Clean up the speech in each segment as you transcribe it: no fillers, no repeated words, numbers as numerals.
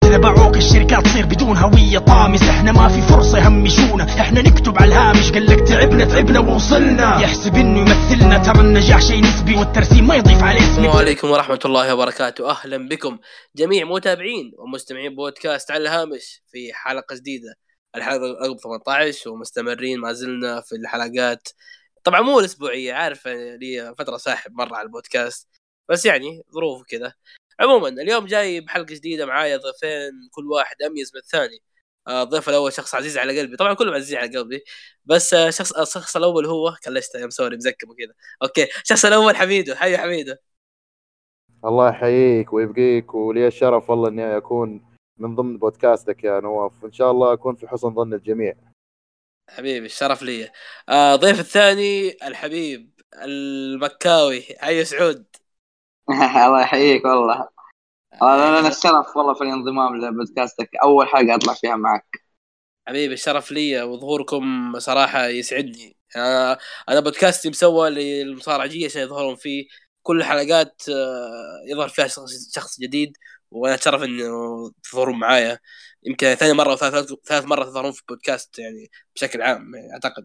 احنا باعوك الشركات تصير بدون هوية طامس، احنا ما في فرصة يهمشونا، احنا نكتب على الهامش قالك تعبنا ووصلنا، يحسب انه يمثلنا، ترى النجاح شيء نسبي والترسيم ما يضيف عليه اسم. السلام عليكم ورحمة الله وبركاته، أهلا بكم جميع متابعين ومستمعين بودكاست على الهامش في حلقة جديدة، الحلقة رقم 18 ومستمرين ما زلنا في الحلقات. طبعا مو الأسبوعية، عارف لي فترة ساحب مرة على البودكاست بس يعني ظروف كذا. عموما اليوم جاي بحلقة جديدة، معايا ضيفين كل واحد أميز من الثاني. الضيف الأول شخص عزيز على قلبي، طبعا كلهم عزيز على قلبي بس الشخص الأول هو كلشته يا مسوري مزكم وكذا. أوكي، الشخص الأول حميدو. حي حميدو. الله يحييك ويبقيك، ولي الشرف والله اني اكون من ضمن بودكاستك يا نواف، وان شاء الله اكون في حسن ظن الجميع. حبيبي الشرف لي. ضيف الثاني الحبيب المكاوي، حي سعود. الله يحييك والله. أنا الشرف والله في الانضمام لبودكاستك، أول حلقة أطلع فيها معك. حبيبي الشرف لي، وظهوركم صراحة يسعدني. أنا بودكاستي مسوى للمصارعجية عشان يظهرون فيه كل الحلقات، يظهر فيها شخص جديد، وأنا أتشرف إنه تظهرون معايا. يمكن ثاني مرة وثالث مرة تظهرون في البودكاست يعني بشكل عام أعتقد.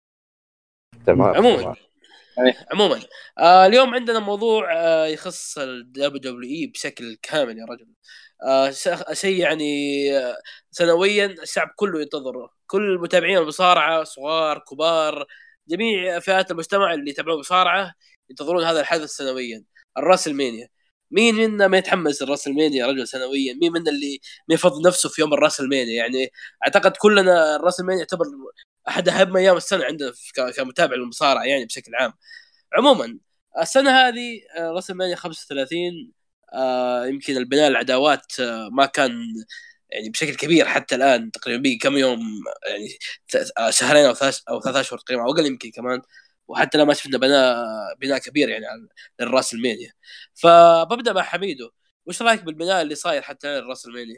تمام. عموما اليوم عندنا موضوع يخص ال WWE بشكل كامل يا رجل. شيء يعني سنويا الشعب كله ينتظره، كل متابعين المصارعة صغار كبار، جميع فئات المجتمع اللي يتابعون المصارعة ينتظرون هذا الحدث سنويا، الراسلمانيا. مين منا ما يتحمس الراسلمانيا يا رجل سنويا؟ مين منا اللي ما يفضل نفسه في يوم الراسلمانيا؟ يعني اعتقد كلنا الراسلمانيا يعتبر احد اهم ايام السنه عندنا كمتابع للمصارعه يعني بشكل عام. عموما السنه هذه راس المانيا 35. يمكن البناء العداوات ما كان يعني بشكل كبير حتى الان، تقريبا بقي كم يوم يعني شهرين او ثلاث اشهر تقريبا او اقل يمكن كمان، وحتى لا ما شفنا بناء كبير يعني للراس المانيا. فببدا مع حميدو، وش رايك بالبناء اللي صاير حتى الان للراس المانيا؟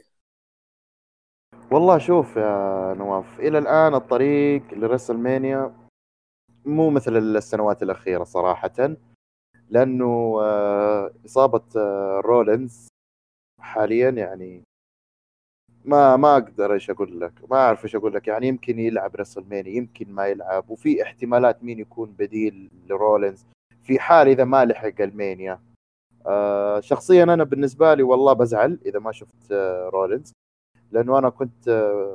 والله شوف يا نواف، الى الان الطريق لرسلمانيا مو مثل السنوات الاخيره صراحه، لانه اصابه رولينز حاليا يعني ما اقدر ايش اقول لك، ما اعرف ايش اقول لك. يعني يمكن يلعب رسلمانيا، يمكن ما يلعب، وفي احتمالات مين يكون بديل لرولينز في حال اذا ما لحق المانيا. شخصيا انا بالنسبه لي والله بزعل اذا ما شفت رولينز، لانه انا كنت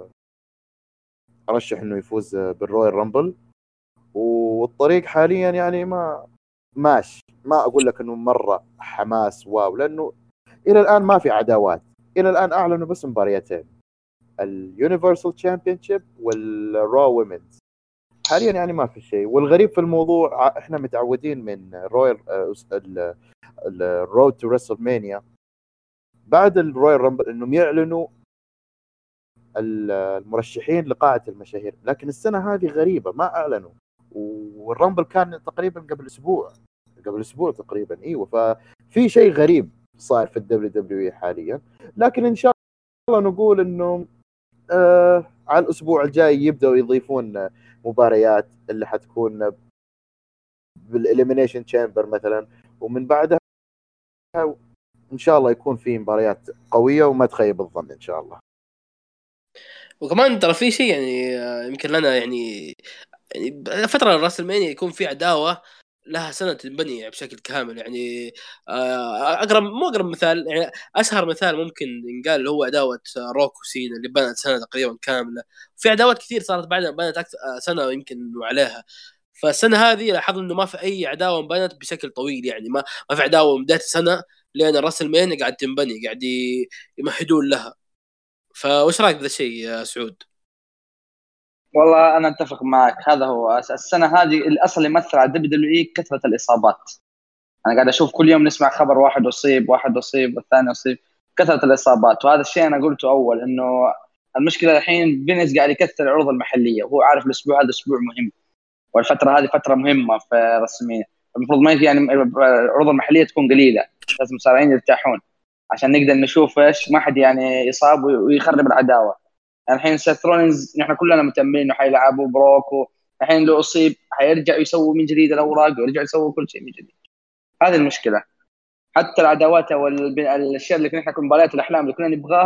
ارشح انه يفوز بالرويال رامبل، والطريق حاليا يعني ماشي. ما اقول لك انه مره حماس واو، لانه الى الان ما في عداوات. الى الان اعلنوا بس مباريتين، اليونيفرسال تشامبيونشيب والرو ويمنز. حاليا يعني ما في شيء. والغريب في الموضوع احنا متعودين من رويال الرود تو ريسلمانيا بعد الرويال رامبل انهم يعلنوا المرشحين لقاعة المشاهير، لكن السنة هذه غريبة ما أعلنوا. والرامبل كان تقريبا قبل أسبوع تقريبا. أيوة، ففي شيء غريب صار في WWE حاليا. لكن إن شاء الله نقول إنه على الأسبوع الجاي يبدأوا يضيفون مباريات اللي حتكون بالإليمينيشن تشامبر مثلا، ومن بعدها إن شاء الله يكون في مباريات قوية وما تخيب الظن إن شاء الله. وكمان ترى في شيء يعني يمكن لنا يعني فترة الراسلمانيا يكون في عداوة لها سنة تنبني بشكل كامل يعني. أقرب مثال يعني أشهر مثال ممكن ينقال هو عداوة روك وسينا اللي بنت سنة تقريبا كاملة. في عداوات كثير صارت بعدها بنت أكثر سنة يمكن وعليها. فالسنة هذه لاحظ إنه ما في أي عداوة بنت بشكل طويل، يعني ما في عداوة من بداية السنة لأن الراسلمانيا قاعد تنبني، قاعد يمهدون لها. فوش رأيك بهذا الشيء يا سعود؟ والله أنا أتفق معك، هذا هو السنة هذه الأصل اللي مثل على WWE كثرة الإصابات. أنا قاعد أشوف كل يوم نسمع خبر واحد أصيب والثاني أصيب، كثرة الإصابات. وهذا الشيء أنا قلته أول، إنه المشكلة الحين فينيس قاعد يكثر العروض المحلية، وهو عارف الأسبوع هذا أسبوع مهم، والفترة هذه فترة مهمة في رسمية. المفروض ما يعني العروض المحلية تكون قليلة، لازم المصارعين يرتاحون عشان نقدر نشوف إيش ما حد يعني يصاب ويخرب العداوة. يعني الحين سيث رولينز نحن كلنا متأملين إنه حيلعبوا بروك، الحين لو أصيب حيرجع يسوي من جديد الأوراق ويرجع يسوي كل شيء من جديد. هذه المشكلة. حتى العداوات او الاشياء اللي نحن كنا مباريات الاحلام اللي كنا نبغاها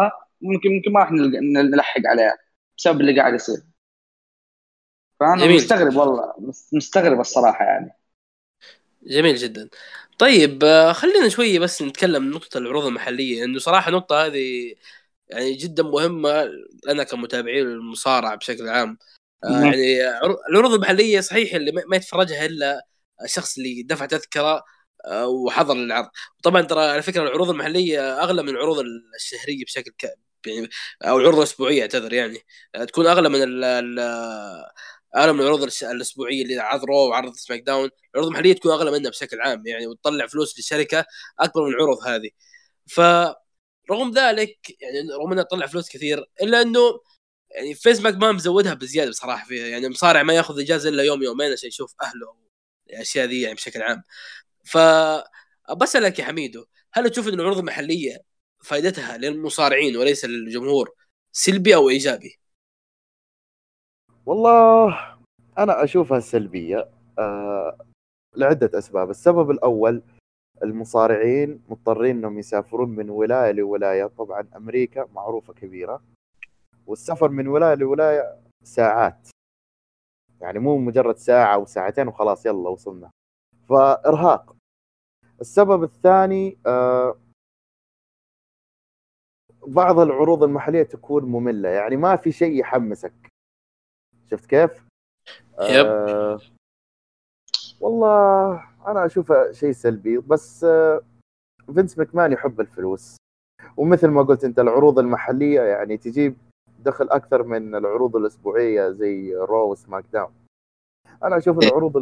ممكن ما راح نلحق عليها بسبب اللي قاعد يصير. فانا جميل. مستغرب والله، مستغرب الصراحه يعني. جميل جدا. طيب خلينا شويه بس نتكلم نقطه العروض المحليه، انه صراحه النقطه هذه يعني جدا مهمه لنا كمتابعين للمصارعه بشكل عام. يعني العروض المحليه صحيح اللي ما يتفرجها الا الشخص اللي دفع تذكره وحضر العرض. طبعا ترى على فكره العروض المحليه اغلى من العروض الشهريه بشكل يعني او العروض الاسبوعيه اعتذر يعني تكون اغلى من اغلى من العروض الاسبوعيه اللي عرض رو وعرض سماك داون. العروض المحليه تكون اغلى منها بشكل عام يعني، وتطلع فلوس للشركه اكبر من العروض هذه. فرغم ذلك يعني رغم انها تطلع فلوس كثير الا انه يعني فيس ماك ما مزودها بزياده بصراحه فيها. يعني مصارع ما ياخذ اجازه الا يوم يومين عشان يشوف اهله الاشياء ذي يعني بشكل عام. فبسألك يا حميدو، هل تشوف ان العروض المحليه فائدتها للمصارعين وليس للجمهور سلبي او ايجابي؟ والله أنا أشوفها سلبية لعدة أسباب. السبب الأول، المصارعين مضطرين أنهم يسافرون من ولاية لولاية. طبعا أمريكا معروفة كبيرة، والسفر من ولاية لولاية ساعات، يعني مو مجرد ساعة أو ساعتين وخلاص يلا وصلنا، فإرهاق. السبب الثاني بعض العروض المحلية تكون مملة، يعني ما في شيء يحمسك. شفت كيف؟ يب. والله أنا أشوفه شيء سلبي، بس فينس ماكمان يحب الفلوس، ومثل ما قلت أنت العروض المحلية يعني تجيب دخل أكثر من العروض الأسبوعية زي رو وسماك داون. أنا أشوف العروض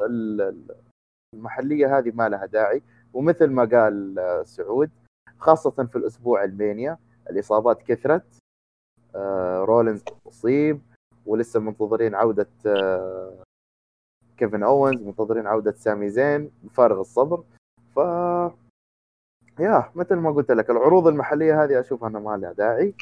المحلية هذه ما لها داعي. ومثل ما قال سعود، خاصة في الأسبوع المانيا الإصابات كثرت، رولينز أصيب، ولسه منتظرين عودة كيفن أوينز، منتظرين عودة سامي زين بفارغ الصبر. ف مثل ما قلت لك العروض المحلية هذه أشوفها أنها ما لها داعي.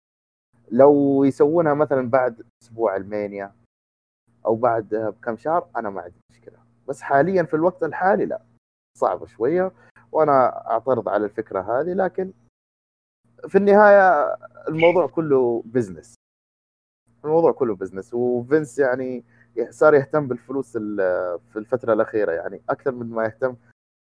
لو يسوونها مثلا بعد أسبوع المانيا أو بعد بكم شهر أنا ما عندي مشكلة، بس حاليا في الوقت الحالي لا، صعبة شوية، وأنا أعترض على الفكرة هذه. لكن في النهاية الموضوع كله بزنس، الموضوع كله بزنس، وفينس يعني صار يهتم بالفلوس في الفترة الأخيرة، يعني أكثر من ما يهتم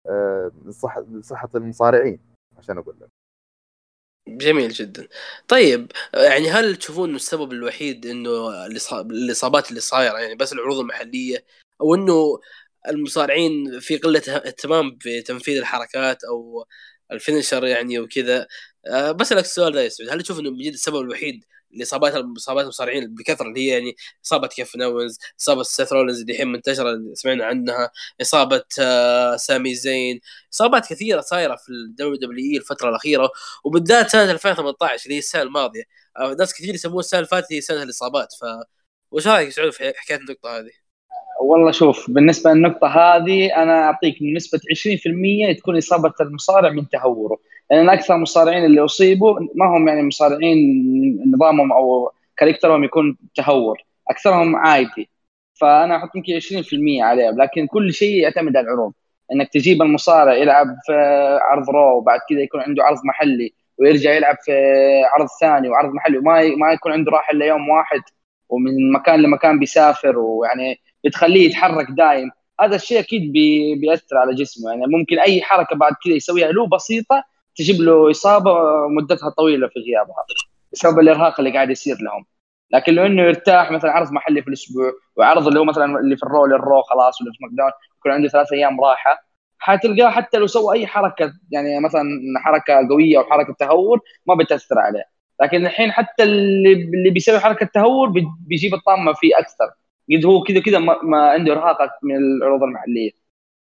بصحة المصارعين عشان أقول لك. جميل جدا. طيب يعني هل تشوفون انه السبب الوحيد انه الاصابات اللي صايره يعني بس العروض المحليه، او انه المصارعين في قله اهتمام بتنفيذ الحركات او الفينشر يعني وكذا؟ بسألك السؤال ده يا سعود، هل تشوف انه بجد السبب الوحيد لاصابات المصارعين بكثره اللي هي يعني اصابه كيفن اوينز، اصابه سيث رولينز اللي الحين منتشره اللي سمعنا عنها، اصابه سامي زين، اصابات كثيره صايره في الدبليو دبليو اي الفتره الاخيره، وبالذات سنه 2018 اللي هي السنه الماضيه. ناس كثير يسموها السنه اللي فاتت هي سنه الاصابات. وش رايك سعود في حكايه النقطه هذه؟ والله شوف، بالنسبه للنقطه هذه انا اعطيك من نسبه 20% تكون اصابه المصارع من تهوره، لان يعني اكثر المصارعين اللي اصيبوا ما هم يعني مصارعين نظامهم او كاركترهم يكون تهور، اكثرهم عادي. فانا احط يمكن 20% عليهم، لكن كل شيء يعتمد على العروض. انك تجيب المصارع يلعب في عرض رو وبعد كذا يكون عنده عرض محلي ويرجع يلعب في عرض ثاني وعرض محلي، وما يكون عنده راحه الا يوم واحد، ومن مكان لمكان بيسافر، ويعني بتخليه يتحرك دايم. هذا الشيء اكيد بيأثر على جسمه. يعني ممكن اي حركه بعد كذا يسويها له بسيطه تجيب له اصابه مدتها طويله في غيابها بسبب الارهاق اللي قاعد يصير لهم. لكن لو انه يرتاح مثلا عرض محلي في الاسبوع وعرض اللي هو مثلا اللي في للرو خلاص، ولا في ماك داون يكون عنده 3 ايام راحه، حتلقاه حتى لو سوى اي حركه يعني مثلا حركه قويه او حركه تهور ما بتاثر عليه. لكن الحين حتى اللي بيسوي حركه تهور بيجيب الطامه فيه اكثر، قد هو كذا كذا ما عنده ارهاق من العروض المحليه.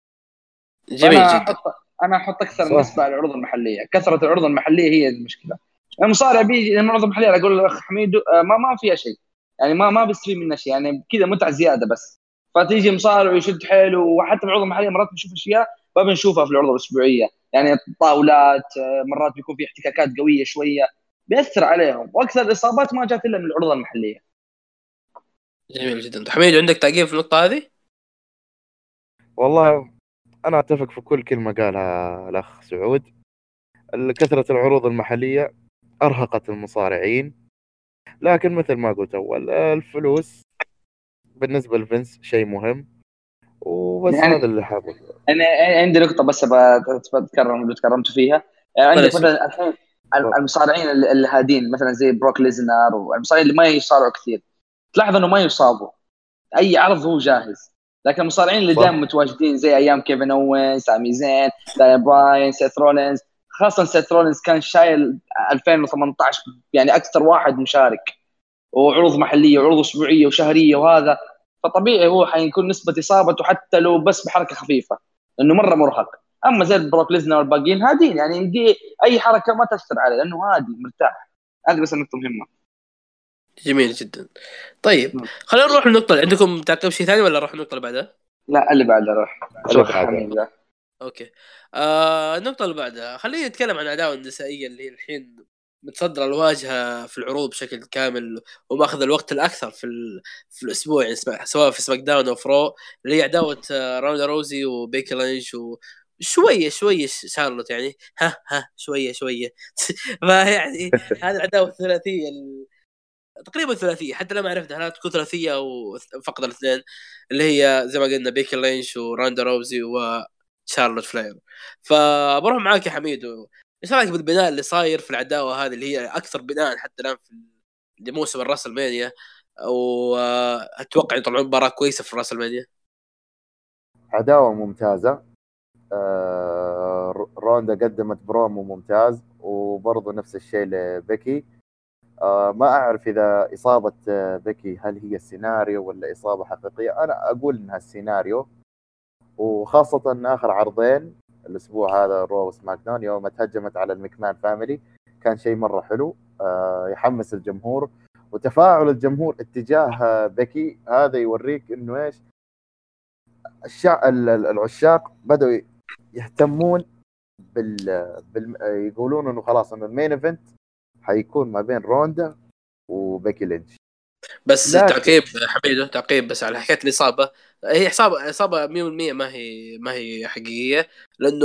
جميل فانا جدا. احط اكثر صح. نسبه على العروض المحليه. كثره العروض المحليه هي المشكله. المصارع بيجي لما العروض المحليه اقول الاخ حميد ما فيها شيء، يعني ما بيستفيد منها شيء، يعني كذا متعه زياده بس. فتيجي مصارع ويشد حيله، وحتى العروض المحليه مرات بنشوف اشياء ما بنشوفها في العروض الاسبوعيه، يعني طاولات مرات بيكون في احتكاكات قويه شويه بيأثر عليهم، واكثر الاصابات ما جات الا من العروض المحليه. جميل جدا. حميد عندك تعقيب في النقطه هذه؟ والله أنا أتفق في كل كلمة قالها الأخ سعود. كثرة العروض المحلية ارهقت المصارعين. لكن مثل ما قلت اول، الفلوس بالنسبه لفينس شيء مهم، وبس يعني هذا اللي حابب. انا عندي نقطه بس بتكرم اللي تكرمت فيها. يعني عندك معلش. مثلا الحين المصارعين الهادين مثلا زي بروك ليزنر، والمصارعين اللي ما يصارعوا كثير تلاحظ انه ما يصابوا، اي عرض هو جاهز. لكن المصارعين اللي صح. دائما متواجدين زي ايام كيفن اوين، سامي زين، داين براين، سيث رولينز، خاصه سيث رولينز كان شايل 2018 يعني اكثر واحد مشارك، وعروض محليه وعروض اسبوعيه وشهريه وهذا. فطبيعي هو حيكون نسبه اصابته حتى لو بس بحركه خفيفه، لانه مره مرهق. اما زي بروك ليزنر والباقيين هادين، يعني دي اي حركه ما تاثر عليه لانه هادي مرتاح. هذه بس النقطه مهمه. جميل جدا. طيب خلينا نروح للنقطة اللي عندكم. تعقب شيء ثاني ولا نروح النقطة اللي بعدها؟ لا اللي بعده روح اللي شوف بعده. حميد ذا. اوكي. النقطة اللي بعدها خلينا نتكلم عن العداوة النسائية اللي هي الحين متصدرة الواجهة في العروض بشكل كامل، وماخذ الوقت الأكثر في الأسبوع، يعني سواء في سماك داون أو فرو، اللي هي عداوة روندا روزي وبيكي لينش وشوية شارلوت، يعني ها شوية فيعني هذه العداوة الثلاثية تقريبا ثلاثيه، حتى لما عرفنا هل تكون ثلاثيه او فقط الاثنين، اللي هي زي ما قلنا بيكي لينش وراندا روزي وشارلوت فلير. فبروح معاك يا حميد، ايش رايك بالبناء اللي صاير في العداوه هذه اللي هي اكثر بناء حتى الان في موسم الراس المانيا، واتوقع يطلعون مباراه كويسه في الراس المانيا؟ عداوه ممتازه. روندا قدمت برومو ممتاز، وبرضه نفس الشيء لبيكي. ما أعرف إذا إصابة بيكي هل هي سيناريو ولا إصابة حقيقية. أنا أقول إنها السيناريو، وخاصة إن آخر عرضين الأسبوع هذا رو وسماك داون يوم تهجمت على المكمان فاميلي كان شيء مرة حلو، يحمس الجمهور. وتفاعل الجمهور اتجاه بيكي هذا يوريك إنه إيش العشاق بدأوا يهتمون يقولون إنه خلاص إنه المين إيفنت حيكون ما بين روندا وبيكي لينش. بس لكن تعقيب حميدو، تعقيب بس على حكايه الاصابه. هي اصابه 100% ما هي حقيقيه، لانه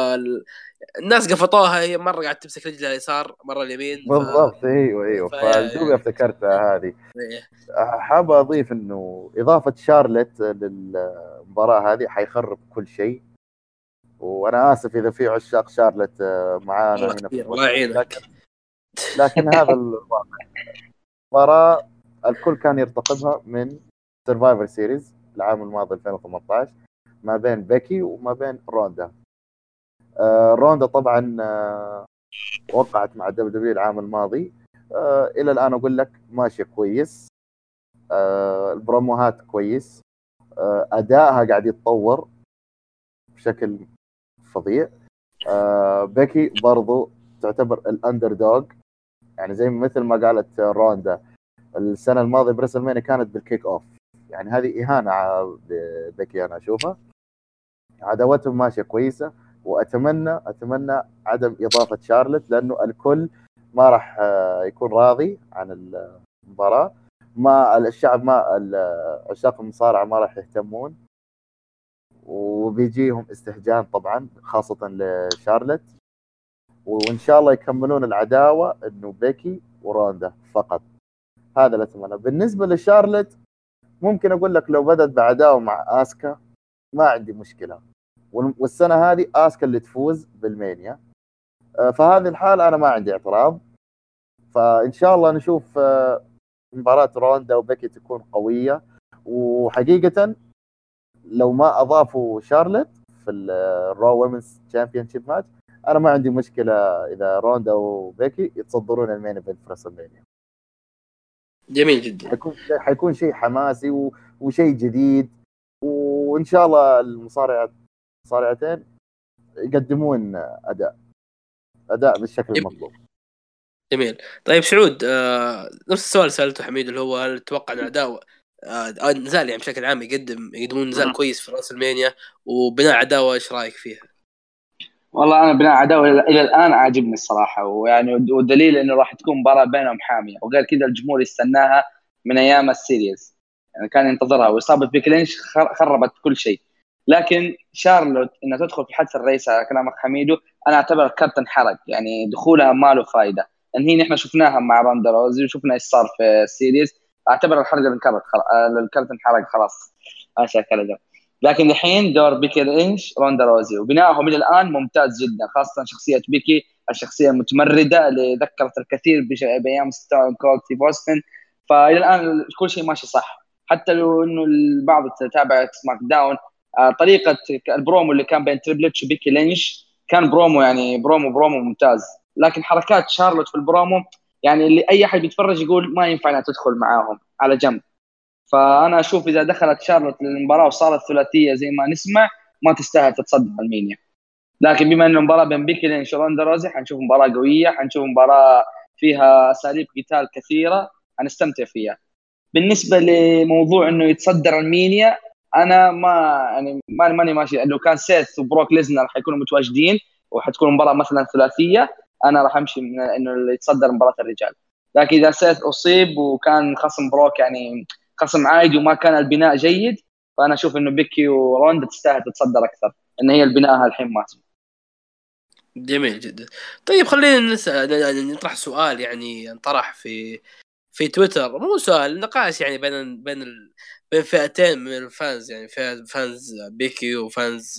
الناس قفطوها، هي مره قاعد تمسك رجلها اليسار مره اليمين بالضبط. ايوه فدوبي افتكرتها هذه. حاب اضيف انه اضافه شارلت للمباراه هذه حيخرب كل شيء، وانا اسف اذا في عشاق شارلت معانا هنا في الله يعينك. لكن هذا المباراه الكل كان يرتقبها من سرفايفر سيريز العام الماضي 2018 ما بين بيكي وما بين روندا. روندا طبعا وقعت مع دبليو العام الماضي. الى الان اقول لك ماشيه كويس، البروموهات كويس، ادائها قاعد يتطور بشكل فظيع. بيكي برضو تعتبر الاندر دوغ، يعني زي مثل ما قالت روندا السنه الماضيه بريسلمانيا كانت بالكيك اوف، يعني هذه اهانه بيكي انا اشوفها. عداوتهم ماشيه كويسه، واتمنى عدم اضافه شارلت، لانه الكل ما راح يكون راضي عن المباراه. ما الشعب، ما عشاق المصارعه ما راح يهتمون، وبيجيهم استهجان طبعا خاصه لشارلت. وان شاء الله يكملون العداوه انه بيكي وروندا فقط. هذا اللي اتمنى. بالنسبه لشارلت ممكن اقول لك لو بدت بعداوه مع اسكا ما عندي مشكله، والسنه هذه اسكا اللي تفوز بالمانيا، فهذه الحالة أنا ما عندي اعتراض. فإن شاء الله نشوف مباراة روندا وبيكي تكون قوية. وحقيقة لو ما أضافوا شارلت في الرو ويمنز تشامبيونشيب ماتش أنا ما عندي مشكلة إذا روندا وبيكي يتصدرون المين ايفنت في رسلمانيا. جميل جدا. حيكون شيء حماسي وشيء جديد، وإن شاء الله المصارعتين يقدمون أداء بالشكل المطلوب. جميل. طيب سعود، نفس السؤال سألته حميد، اللي هو هل تتوقع ان العداوة نزال يعني بشكل عام يقدمون نزال كويس في راس المانيا، وبناء عداوة ايش رايك فيها؟ والله انا بناء عداوه الى الان عاجبني الصراحه، ويعني والدليل انه راح تكون مباراه بينهم حاميه، وغير كذا الجمهور يستناها من ايام السيريز، يعني كان ينتظرها. واصابه بيكلينش خربت كل شيء. لكن شارلوت انها تدخل في الحدث الرئيسي على كلامك حميدو، انا اعتبر كابتن حرق، يعني دخولها ما له فائده. ان هي نحن شفناها مع روندا روزي وشفنا ايش صار في السيريز. اعتبر الحلقه الكرت انحرق خلاص عشان كذا. لكن الحين دور بيكي لينش روندا روزي وبنائهم الى الان ممتاز جدا، خاصه شخصيه بيكي الشخصيه المتمرده اللي ذكرت الكثير بايام ستون كولد في بوسطن. فالى الان كل شيء ماشي صح، حتى لو انه البعض تتابع سماك داون طريقه البرومو اللي كان بين تريبل اتش وبيكي لينش كان برومو يعني برومو ممتاز، لكن حركات شارلوت في البرومو يعني اللي اي احد بيتفرج يقول ما ينفع انها تدخل معاهم على جنب. فانا اشوف اذا دخلت شارلوت للمباراه وصارت ثلاثيه زي ما نسمع ما تستاهل تتصدر المانيا. لكن بما انه مباراه بين بيكي لينش وروندا روزي حنشوف مباراه قويه، حنشوف مباراه فيها اساليب قتال كثيره حنستمتع فيها. بالنسبه لموضوع انه يتصدر المانيا انا ماني ماشي. لو كان سيث وبروك ليزنر حيكونوا متواجدين وحتكون مباراه مثلا ثلاثيه انا راح امشي من انه اللي يتصدر مباراه الرجال. لكن اذا سيث اصيب وكان خصم بروك يعني خصم عادي وما كان البناء جيد، فانا اشوف انه بيكي وروندا تستاهل تتصدر اكثر، ان هي البناء الحين ماشي. جميل جدا. طيب خلينا نسأل يعني نطرح سؤال يعني انطرح في تويتر، مو سؤال، نقاش يعني بين فئتين من الفانز، يعني فانز بيكي وفانز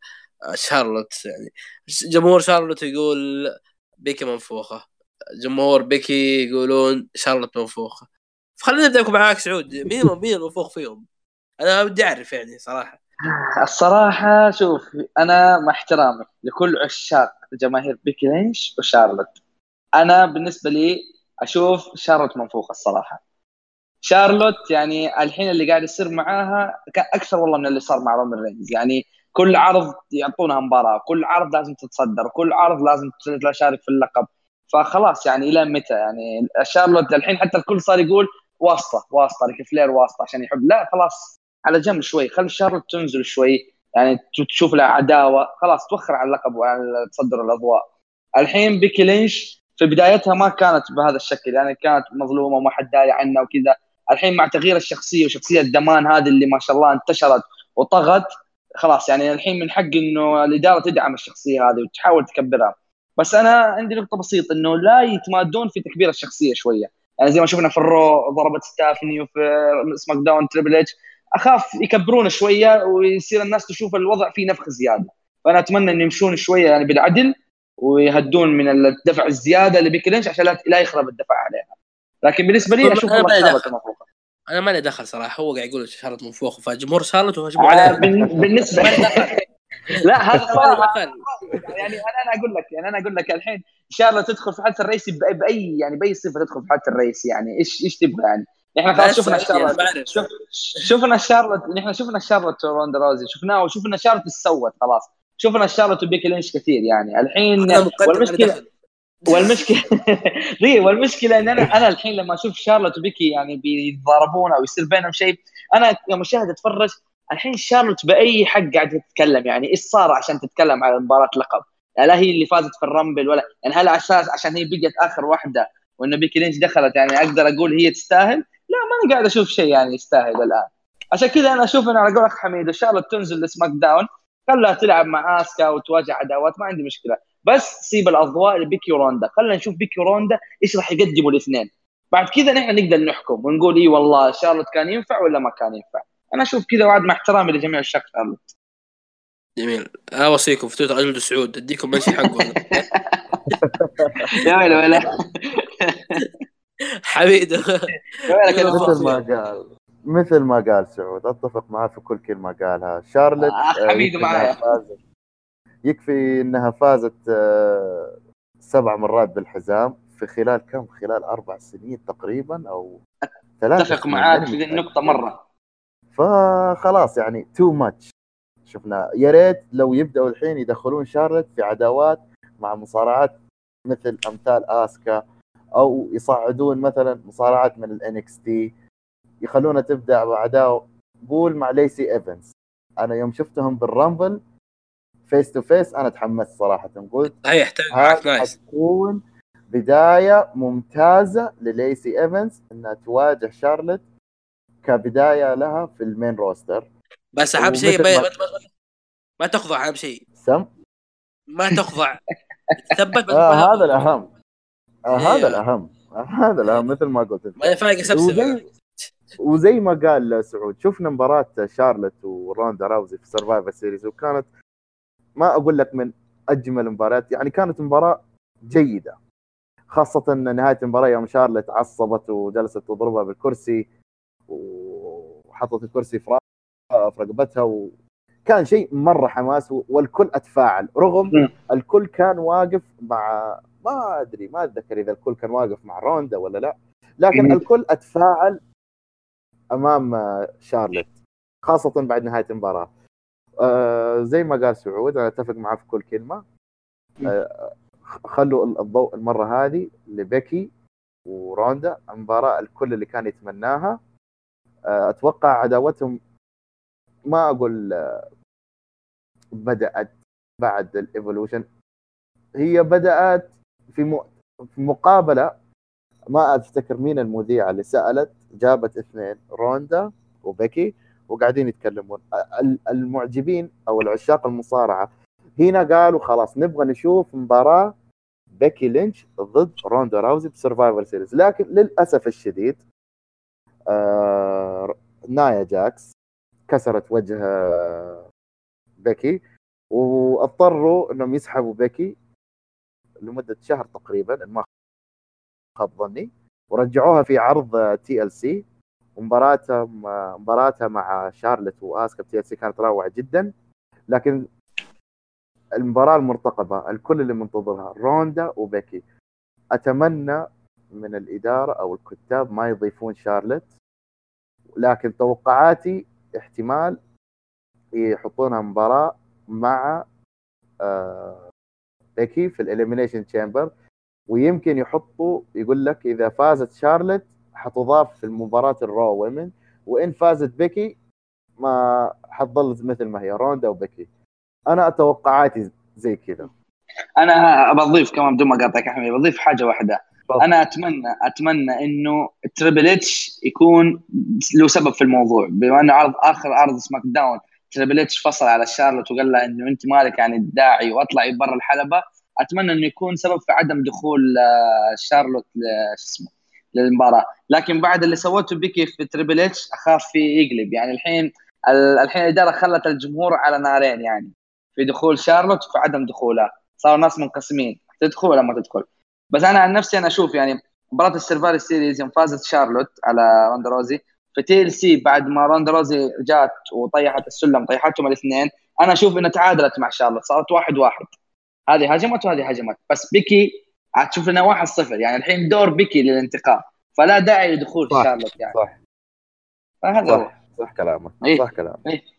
شارلوت. يعني جمهور شارلوت يقول بيكي منفوخة، جمهور بيكي يقولون شارلوت منفوخة. فخلينا نبدأ معاك سعود، مين المنفوخ فيهم؟ أنا بدي أعرف يعني صراحة. الصراحة شوف أنا مع احترامي لكل عشاق جماهير بيكي لينش وشارلوت، أنا بالنسبة لي أشوف شارلوت منفوخة الصراحة. شارلوت يعني الحين اللي قاعد يصير معاها أكثر والله من اللي صار مع رومان رينز. يعني كل عرض يعطونها مباراة، كل عرض لازم تتصدر، كل عرض لازم تشارك في اللقب. فخلاص يعني إلى متى يعني شارلوت الحين حتى الكل صار يقول واسطة ريك فلير واسطة عشان يحب. لا خلاص على جنب شوي، خلي شارلوت تنزل شوي يعني تشوف لها عداوة، خلاص توخر على اللقب وعلى تصدر الأضواء. الحين بيكي لينش في بدايتها ما كانت بهذا الشكل، يعني كانت مظلومة وما حد داري عنها وكذا. الحين مع تغيير الشخصيه وشخصيه دمان هذه اللي ما شاء الله انتشرت وطغت، خلاص يعني الحين من حق انه الاداره تدعم الشخصيه هذه وتحاول تكبرها. بس انا عندي نقطه بسيطه انه لا يتمادون في تكبير الشخصيه شويه، يعني زي ما شفنا في الرو ضربت ستافني وفي سماك داون تريبل اتش، اخاف يكبرون شويه ويصير الناس تشوف الوضع فيه نفخ زياده. فانا اتمنى ان يمشون شويه يعني بالعدل ويهدون من الدفع الزياده اللي بيكي لينش عشان لا يخرب الدفع عليها. لكن بالنسبه لي اشوف والله شارلوت منفوخه. انا ما لي دخل صراحه، هو قاعد يقول شارلوت منفوخه فجمهور شارلوت وهجموا عليه. بالنسبه لا هذا صراحه يعني انا اقول لك الحين شارلوت تدخل في حاله الرئيس باي صفه تدخل في حاله الرئيس، يعني ايش تبغى يعني؟ احنا خلاص شفنا شارلوت، شفنا شارلوت، نحن شفنا شارلوت وروندا روزي شفناه، وشفنا شارلوت تسوت خلاص، شفنا شارلوت وبيكي لينش كثير يعني الحين. والمشكله ان انا الحين لما اشوف شارلوت وبيكي يعني بيتضاربون او يصير بينهم شيء، انا كمشاهد اتفرج الحين شارلوت باي حق قاعده تتكلم، يعني ايش صار عشان تتكلم على مباراه لقب؟ يعني لا هي اللي فازت في الرامبل ولا يعني هل اساس عشان هي بقت اخر واحده وانه بيكي لينش دخلت يعني اقدر اقول هي تستاهل؟ لا ماني قاعد اشوف شيء يعني يستاهل الان. عشان كذا انا اشوف ان على قول اخ حميد شارلوت تنزل لسماك داون، خلها تلعب مع اسكا وتواجه عداوات ما عندي مشكله، بس سيب الاضواء لبيكي وروندا، خلينا نشوف بيكي وروندا ايش راح يقدموا الاثنين، بعد كذا نحن نقدر نحكم ونقول اي والله شارلوت كان ينفع ولا ما كان ينفع. انا اشوف كذا وعد مع احترامي لجميع الشخص شارلوت. جميل. اوصيكم في تويتر اجلدوا سعود اديكم ماشي حقه. يا ويلا حميد مثل ما قال سعود، اتفق معاه في كل كلمه قالها. شارلوت حميد معايا يكفي انها فازت 7 مرات بالحزام في خلال كم؟ خلال 4 سنين تقريبا او 3 سنين. اتفق معاك في النقطه مره. فخلاص يعني تو ماتش شفنا. يا ريت لو يبداوا الحين يدخلون شارلوت في عداوات مع مصارعات مثل امثال اسكا، او يصعدون مثلا مصارعات من NXT، يخلونا تبدا بعداوه قول مع ليسي ايفنز. انا يوم شفتهم بالرامبل فيس تو فيس انا تحمست صراحه، قلت هي حتكون بدايه ممتازه لليسي ايفنز انها تواجه شارلوت كبدايه لها في المين روستر. بس اهم شيء ما تخضع، اهم شيء ما تخضع تثبت. هذا الاهم. هذا الأهم، هذا الأهم مثل ما قلت ما أنت. يفرق سبسب. وزي ما قال سعود، شفنا مباراة شارلت وروندا راوزي في سرفايفر سيريز، وكانت ما أقول لك من أجمل المباريات، يعني كانت مباراة جيدة، خاصة نهاية المباراة يوم شارلت عصبت وجلست تضربها بالكرسي وحطت الكرسي في رقبتها، وكان شيء مرة حماس والكل أتفاعل، رغم الكل كان واقف مع ما أدري ما أتذكر إذا الكل كان واقف مع روندا ولا لا، لكن الكل أتفاعل أمام شارلت خاصة بعد نهاية المباراة. زي ما قال سعود أنا أتفق معه في كل كلمة. خلوا الضوء المرة هذه لبيكي وروندا، المباراة الكل اللي كان يتمناها. أتوقع عداوتهم ما أقول بدأت بعد الإيفولوشن، هي بدأت في مقابلة، ما أفتكر مين المذيعة اللي سألت، جابت اثنين روندا وبيكي وقاعدين يتكلمون، المعجبين أو العشاق المصارعة هنا قالوا خلاص نبغى نشوف مباراة بيكي لينش ضد روندا راوزي بسرفايفر سيريز، لكن للأسف الشديد نايا جاكس كسرت وجه بيكي، واضطروا انهم يسحبوا بيكي لمدة شهر تقريبا ما خاب ظني، ورجعوها في عرض تي ال سي، ومباراتها مع شارلت واسكا تي ال سي كانت روعة جدا. لكن المباراة المرتقبة الكل اللي منتظرها روندا وبيكي، أتمنى من الإدارة أو الكتاب ما يضيفون شارلت، لكن توقعاتي احتمال يحطونها مباراة مع بيكي في الإليمينيشن تشامبر، ويمكن يحطوا يقول لك إذا فازت شارلت حتضاف في المباراة الرو ويمن، وإن فازت بيكي ما حتظل مثل ما هي روندا وبيكي. أنا توقعاتي زي كذا. انا بضيف كمان بدون ما اقاطعك احمد، بضيف حاجه واحده. انا اتمنى انه تريبل اتش يكون له سبب في الموضوع، بما انه اخر عرض سماك داون تريبل اتش فصل على شارلوت وقال لها انه انت مالك يعني الداعي واطلعي برا الحلبه. اتمنى انه يكون سبب في عدم دخول شارلوت للمباراه، لكن بعد اللي سوته بيكي في تريبل اتش اخاف فيه يقلب. يعني الحين الاداره خلت الجمهور على نارين، يعني في دخول شارلوت وفي عدم دخولها، صار ناس منقسمين تدخل ولا ما تدخل. بس انا عن نفسي انا اشوف يعني مباراه السيرفايفر سيريز يوم فازت شارلوت على روندا روزي في تي ال سي، بعد ما روندا روزي جات وطيحت السلم طيحتهم الاثنين، انا اشوف انها تعادلت مع شارلوت، صارت 1-1، هذه هجمت وهذه هجمت، بس بيكي هتشوف لنا 1-0. يعني الحين دور بيكي للانتقام، فلا داعي لدخول شارلوت يعني. صح فهذا هو. صح كلامك. صح كلامك.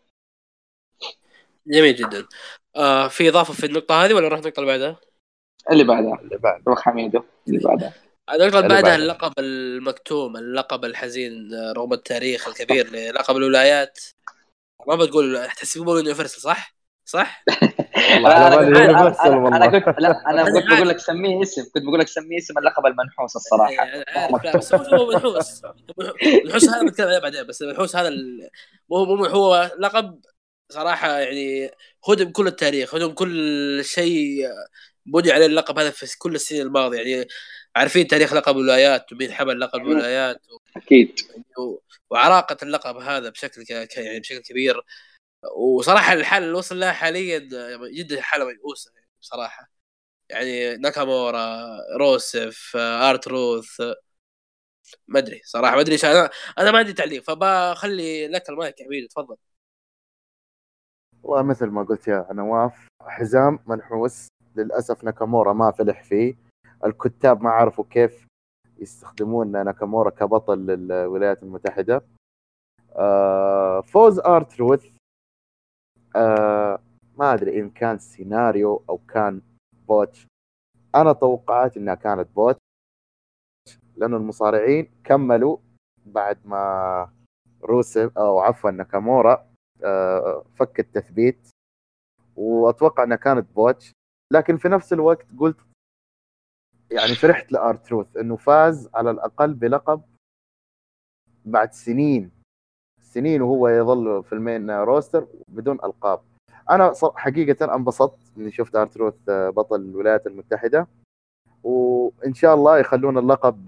جميل جدا. في اضافه في النقطه هذه ولا نروح النقطه اللي بعدها؟ اللي بعدها روح حميدو. اللي بعدها النقطه اللي بعدها اللقب المكتوم، اللقب الحزين رغم التاريخ الكبير للقب الولايات. ما بتقول تحسبون انه يفرس صح والله على بالي يونيفرسال والله. انا كنت بقول لك سميه اسم، اللقب المنحوس الصراحه. لا بس هو منحوس هذا بنتكلم عليه بعدين، بس المنحوس هذا هو لقب صراحه يعني هدم كل التاريخ، هدم كل شيء بني عليه اللقب هذا في كل السنين الماضيه. يعني عارفين تاريخ لقب الولايات ومين حمل لقب الولايات اكيد، وعراقه اللقب هذا بشكل يعني بشكل كبير. وصراحه الحال اللي وصل لها حاليا جدا حاله ميؤوسه بصراحه. يعني ناكامورا، روسف، ارتروث، ما ادري صراحه، ما ادري انا ما عندي تعليق، فبخلي لك المايك يا حبيبي تفضل. ومثل ما قلت يا نواف، حزام منحوس للاسف. ناكامورا ما فلح فيه، الكتاب ما عرفوا كيف يستخدمون ناكامورا كبطل للولايات المتحده. فوز ارتروث ما ادري ان كان سيناريو او كان بوتش، انا توقعت انها كانت بوتش، لانه المصارعين كملوا بعد ما روسف او عفوا ناكامورا فك التثبيت، واتوقع انها كانت بوتش. لكن في نفس الوقت قلت يعني فرحت لارتروث انه فاز على الاقل بلقب بعد سنين وهو يظل في المين روستر بدون القاب. انا حقيقه انبسطت اني شفت ارتروث بطل الولايات المتحده، وان شاء الله يخلون اللقب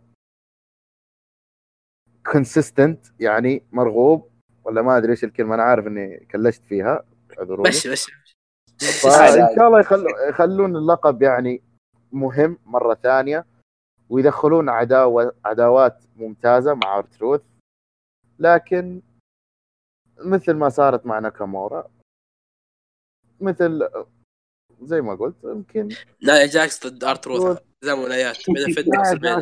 كونسيستنت، يعني مرغوب، ولا ما ادري ايش الكلمه، انا عارف اني كلشت فيها، اعذروني. بس فان شاء الله يخلون اللقب يعني مهم مره ثانيه، ويدخلون عداوات ممتازه مع ارتروث، لكن مثل ما صارت مع ناكامورا، مثل زي ما قلت يمكن لا جاكس ضد ارتروث زي ولايات من الفتنة.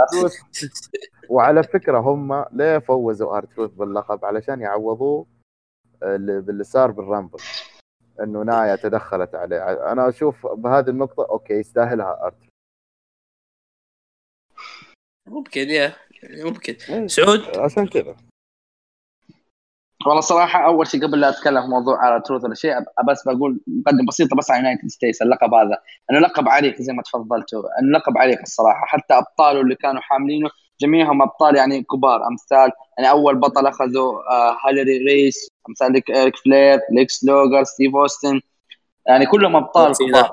وعلى فكره هم ليه فوزوا ارتروث باللقب؟ علشان يعوضوه باللي صار بالرامبل، انه نايا تدخلت عليه. انا اشوف بهذه النقطه اوكي يستاهلها ارتروث. ممكن ممكن سعود عشان كذا والله صراحة أول شيء قبل لا أتكلم في موضوع على تروث ولا شيء، بس بقول مقدمة بسيطة بس عن يونايتد ستيتس. اللقب هذا أنه لقب عريق زي ما تفضلتوا، أنه لقب عريق الصراحة. حتى أبطاله اللي كانوا حاملينه جميعهم أبطال يعني كبار، أمثال يعني أول بطل أخذوا هالري ريس، أمثال إيريك فلير، ليكس لوغر، ستيف أوستن، يعني كلهم أبطال كبار.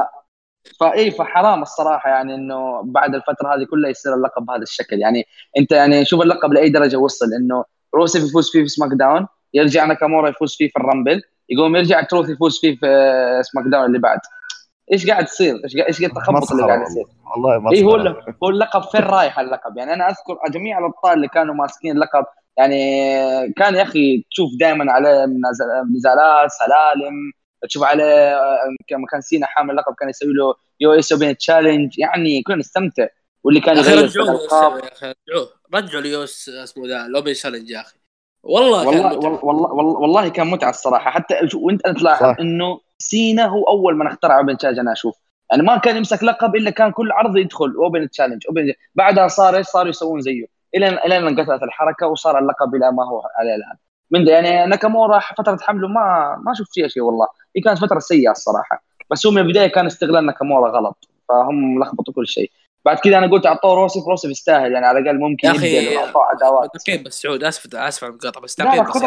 فحرام الصراحة يعني إنه بعد الفترة هذه كلها يصير اللقب بهذا الشكل. يعني أنت يعني شوف اللقب لأي درجة وصل، إنه روسيف يفوز فيه في سماك داون، يرجع ناكامورا يفوز فيه في الرامبل، يقوم يرجع تروث يفوز فيه في سماك داون اللي بعد. ايش قاعد تصير؟ ايش قاعد التخبط اللي قاعد يصير؟ والله مسخرة. هو اللقب فين رايح اللقب؟ يعني انا اذكر جميع الابطال اللي كانوا ماسكين اللقب، يعني كان يا اخي تشوف دائما عليه نزالات سلالم، تشوف عليه لما كان سينا حامل اللقب كان يسوي له يو اس اوبن تشالنج، يعني كنا نستمتع. واللي كان يغير في الالقاب يا اخي رجعوا ليوس اسمه ذا لوبن تشالنج يا اخي، والله كان متعة. والله كان متعه الصراحه. حتى وانت تلاحظ انه سينا هو اول من اخترع اوبن تشالنج. انا اشوف يعني ما كان يمسك لقب الا كان كل عرض يدخل اوبن تشالنج بعدها صاروا يسوون زيه الى ان انقطعت الحركه وصار اللقب الى ما هو عليه الان. من ده يعني ناكامورا فتره حمله ما شفت فيها شيء والله، هي كانت فتره سيئه الصراحه، بس هو من البدايه كان استغلال ناكامورا غلط، فهم لخبطوا كل شيء. بعد كذا انا قلت اعطوه روسف يستاهل، يعني على الاقل ممكن يبدا لو اعطوه عداوات. دقيقه بس سعود اسف على المقاطعه، بس لا خذ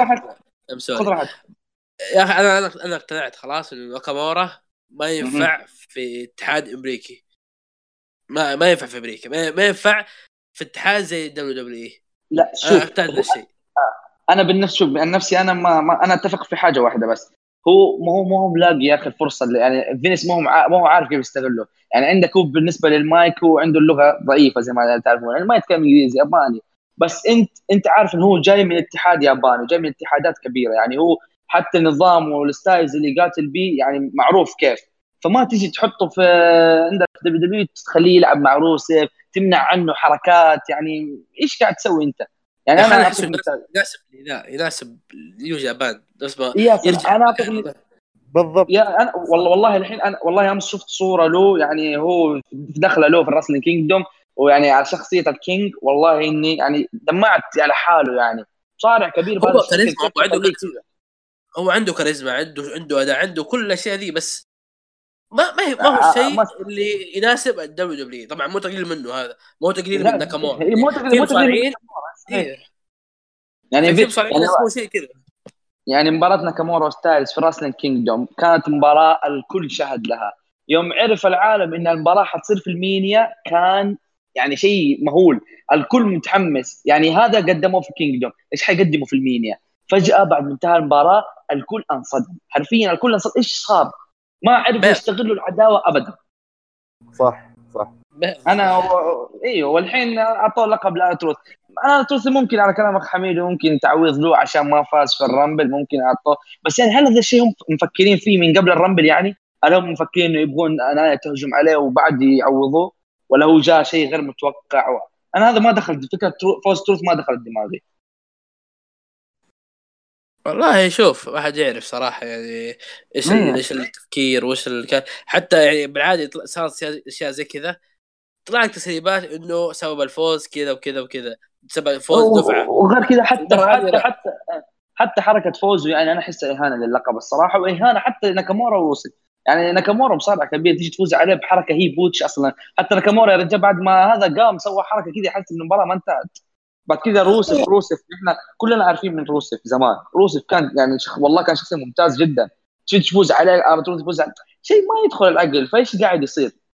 راحتك يا اخي. انا اقتنعت خلاص انه ناكامورا ما ينفع في اتحاد امريكي، ما ينفع في امريكا، ما ينفع في اتحاد زي دبليو. لا شوف الشيء انا بالنفس نفسي انا ما انا اتفق في حاجه واحده بس، هو ما هو ملاقي يا اخي الفرصه اللي يعني فينيس ما هو عارف كيف يستغله. يعني عندك هو بالنسبه للمايك هو عنده اللغه ضعيفه زي ما تعرفون، يعني ما يتكلم انجليزي ياباني، بس انت عارف انه هو جاي من اتحاد ياباني وجاي من اتحادات كبيره، يعني هو حتى نظامه والستايلز اللي قاتل بيه يعني معروف كيف. فما تيجي تحطه في عندك دبليو تخليه يلعب مع روسيف، تمنع عنه حركات، يعني ايش قاعد تسوي انت؟ يعني انا اعطيك مثال يناسب يابان بس ما يرجع. انا اعطيك بالضبط. يا انا والله الحين انا والله امس شفت صوره له، يعني هو دخله له في الرسلينج كينجدوم ويعني على شخصية الكينج، والله اني يعني دمعت على حاله، يعني صارع كبير بهذا الشكل كيف تخليه كذا؟ هو عنده كاريزما، عنده اداء، عنده كل الاشياء ذي، بس ما هو الشيء اللي يناسب الدبليو دبليو. طبعا مو تقليل منه، هذا مو تقليل من ناكامورا، مو تقليل يعني مو شيء كذا. يعني مباراة ناكامورا وستايلز في راسلينج كينجدوم كانت مباراة الكل شهد لها. يوم عرف العالم ان المباراة حتصير في المينيا كان يعني شيء مهول، الكل متحمس. يعني هذا قدموه في كينجدوم، ايش حيقدموا في المينيا؟ فجأة بعد انتهاء المباراة الكل انصدم، حرفيا الكل انصدم. ايش صار؟ ما عرفوا يستغلوا العداوة ابدا. صح انا ايوه. والحين اعطوه لقب لاتروث. انا تروث ممكن على كلامك حميد ممكن تعويض له عشان ما فاز في الرامبل، ممكن اعطوه، بس يعني هل هذا الشيء هم مفكرين فيه من قبل الرامبل؟ يعني هل هم مفكرين انه يبغون نايا تهجم عليه وبعد يعوضوه، ولا هو جاء شيء غير متوقع؟ انا هذا ما دخل فكره فوز تروث، ما دخل دماغي والله. شوف واحد يعرف صراحه يعني ايش التفكير وايش حتى يعني بالعاده صارت اشياء زي كذا، طلعت تسريبات انه سبب الفوز كذا وكذا وكذا، سبب فوز دفعه وغير كذا. حتى حركه فوزه يعني انا احسها اهانه للقب الصراحه، واهانه حتى ناكامورا وروسل. يعني ناكامورا مصارع كبير تيجي تفوز عليه بحركه هي بوتش اصلا. حتى ناكامورا يا رجال بعد ما هذا قام سوى حركه كذا يحس ان المباراه ما انتهت. بعد كذا روسف احنا كلنا عارفين من روسف زمان، روسف كان يعني والله كان شخصيه ممتاز جدا، تفوز عليه روسف يفوز شيء ما يدخل العقل. فايش قاعد يصير؟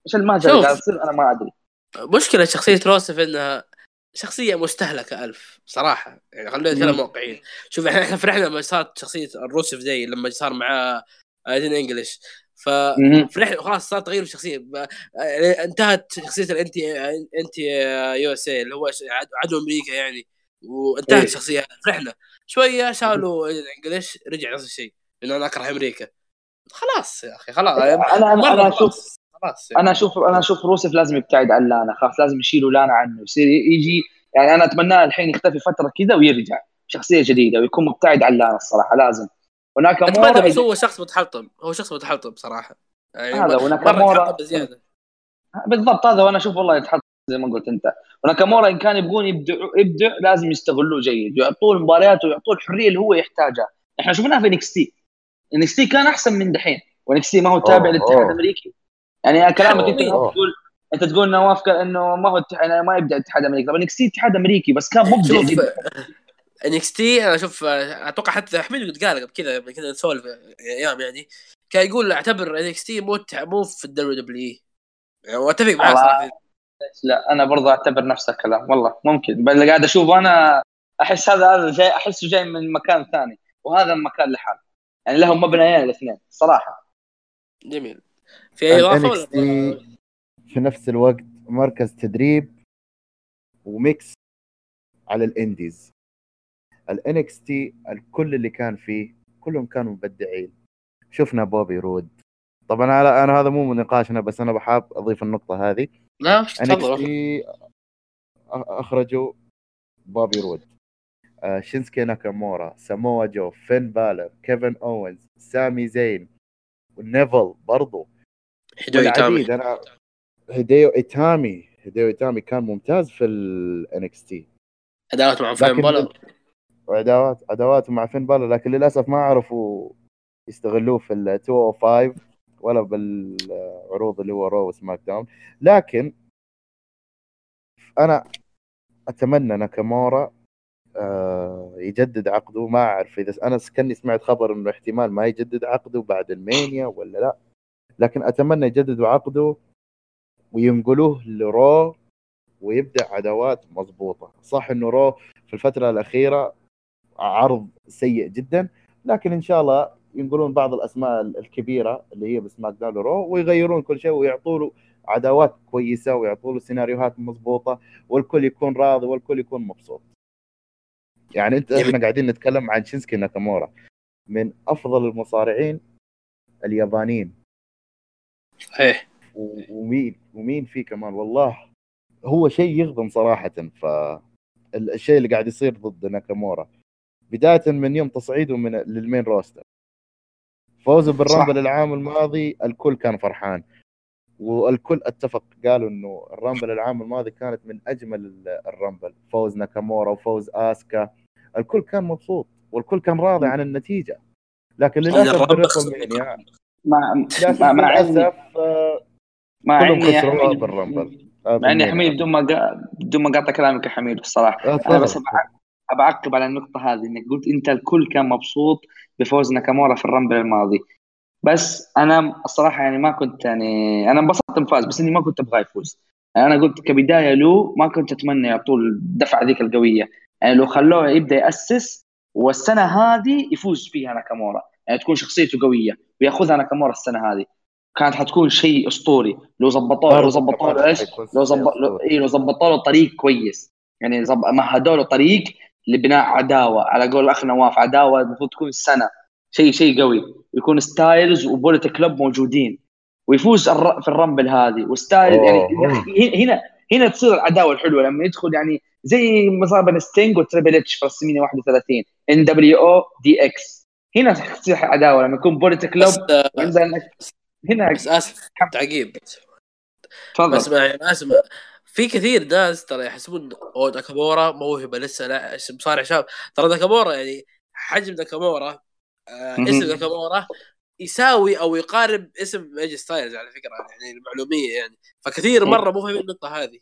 ايش المهزله اللي قاعد تصير؟ انا ما ادري. مشكله شخصيه روسف انها شخصيه مستهلكه ألف صراحه، يعني خلينا نتكلم واقعيين. شوف احنا فرحنا لما صارت شخصيه الروسف زي لما صار معاه ايدن انجلش، ففرحنا خلاص صار تغيير الشخصيه. انتهت شخصيه انتي يو اس اي اللي هو عدو امريكا يعني، وانتهت الشخصيه. فرحنا شويه شالوا ايدن انجلش، رجع نفس الشيء انه انا اكره امريكا. خلاص يا اخي خلاص. انا اشوف خلاص يعني. انا اشوف روسف لازم يبتعد عن لانا، خلاص لازم يشيلوا لانا عنه، يصير يجي يعني. انا اتمناه الحين يختفي فتره كذا ويرجع شخصيه جديده ويكون مبتعد عن لانا الصراحه. لازم اتمنى، وناكامورا بس هو شخص متحطم، هو شخص متحطم صراحه يعني. هذا مره وناكامورا تحطم بزياده. بالضبط هذا. وانا اشوف والله يتحط زي ما قلت انت. وناكامورا ان كان يبغون يبدع لازم يستغلوه جيد، يعطوه المباريات ويعطوه الحريه اللي هو يحتاجها. احنا شفناها في انكس تي كان احسن من دحين، وانكس تي ما هو تابع للاتحاد الامريكي. يعني كلامك انت تقول نواف انه ما هو يعني ما يبدا اتحاد امريكي. طبعا انكس تي اتحاد امريكي بس كان مبدع جدا. انكس تي انا اشوف، اتوقع حتى حميد قد قال قبل كذا نسولف ايام يعني، كان يقول اعتبر انكس تي مو في الدبليو دبليو اي، واتفق معاه صراحه. لا انا برضه اعتبر نفس الكلام والله. ممكن بل قاعد اشوف انا احس هذا جاي، احسه جاي من مكان ثاني وهذا المكان لحال، يعني لهم مبنيين الاثنين صراحه. جميل. في اي اضافه ولا في نفس الوقت مركز تدريب وميكس على الانديز. الانكس تي الكل اللي كان فيه كلهم كانوا مبدعين. شفنا بوبي رود طبعا. انا هذا مو من نقاشنا، بس انا بحاب اضيف النقطه هذه. لا انكس تي اخرجوا بوبي رود، شينسكي ناكامورا، ساموا جو، فين بالر، كيفن اوينز، سامي زين، ونيفل برضو، والعديد. انا هيديو ايتامي كان ممتاز في الانكس تي. اداوته مع فين بالر ادواته مع فين بالر، لكن للاسف ما عرفوا يستغلوه في ال 205 ولا بالعروض اللي هو رو وسماك داون. لكن انا اتمنى ناكامورا يجدد عقده. ما اعرف اذا انا كني سمعت خبر انه احتمال ما يجدد عقده بعد المانيا ولا لا، لكن اتمنى يجددوا عقده وينقلوه لرو ويبدا عداوات مضبوطه. صح انه رو في الفتره الاخيره عرض سيء جدا، لكن ان شاء الله ينقلون بعض الاسماء الكبيره اللي هي بسماك داون رو ويغيرون كل شيء ويعطوا له عداوات كويسه ويعطوا له سيناريوهات مضبوطه والكل يكون راضي والكل يكون مبسوط. يعني احنا قاعدين نتكلم عن شينسكي ناكامورا من افضل المصارعين اليابانيين. ايه ومين فيه كمان والله هو شيء يغضب صراحه. فالشيء اللي قاعد يصير ضد ناكامورا بدايه من يوم تصعيده للمين روستر، فوزه بالرامبل العام الماضي، الكل كان فرحان والكل اتفق قالوا انه الرامبل العام الماضي كانت من اجمل الرامبل. فوز ناكامورا وفوز اسكا، الكل كان مبسوط والكل كان راضي عن النتيجه. لكن للاسف بالريسلمانيا للاسف كلهم خسروا بالرامبل. مع اني حميد بدون ما قاطع كلامك يا حميد الصراحه، انا بس أعقب على النقطه هذه انك قلت انت الكل كان مبسوط بفوز ناكامورا في الرامبل الماضي، بس انا الصراحه يعني ما كنت يعني انا انبسطت بفاز بس اني ما كنت ابغى يفوز. يعني انا قلت كبدايه له ما كنت اتمنى يعطوه الدفعه ذيك القويه، يعني لو خلوه يبدا ياسس والسنه هذه يفوز فيها ناكامورا، يعني تكون شخصيته قويه وياخذها ناكامورا السنه هذه، كانت حتكون شيء اسطوري. لو زبطوا له ايش لو زبطوا له طريق كويس، يعني مهدوا له طريق لبناء عداوه. على قول الاخ نواف عداوه المفروض تكون السنه شيء قوي، ويكون ستايلز وبوليت كلوب موجودين ويفوز في الرامبل هذه وستايل. يعني هنا تصير العداوه الحلوه لما يدخل، يعني زي مثلا ستينج وتريبل اتش في رسمينيا 31 ان دبليو او دي اكس. هنا تصير عداوه لما يكون بوليت كلوب هنا. بس اسف تعقيب بس اسمع، في كثير ناس ترى يحسبون ناكامورا موهبه لسه، لا مصارع شاب. ترى ناكامورا يعني حجم ناكامورا اسم ناكامورا يساوي او يقارب اسم ايجي ستايلز على فكره، يعني المعلوميه يعني. فكثير مره مو فاهمين النقطه هذه.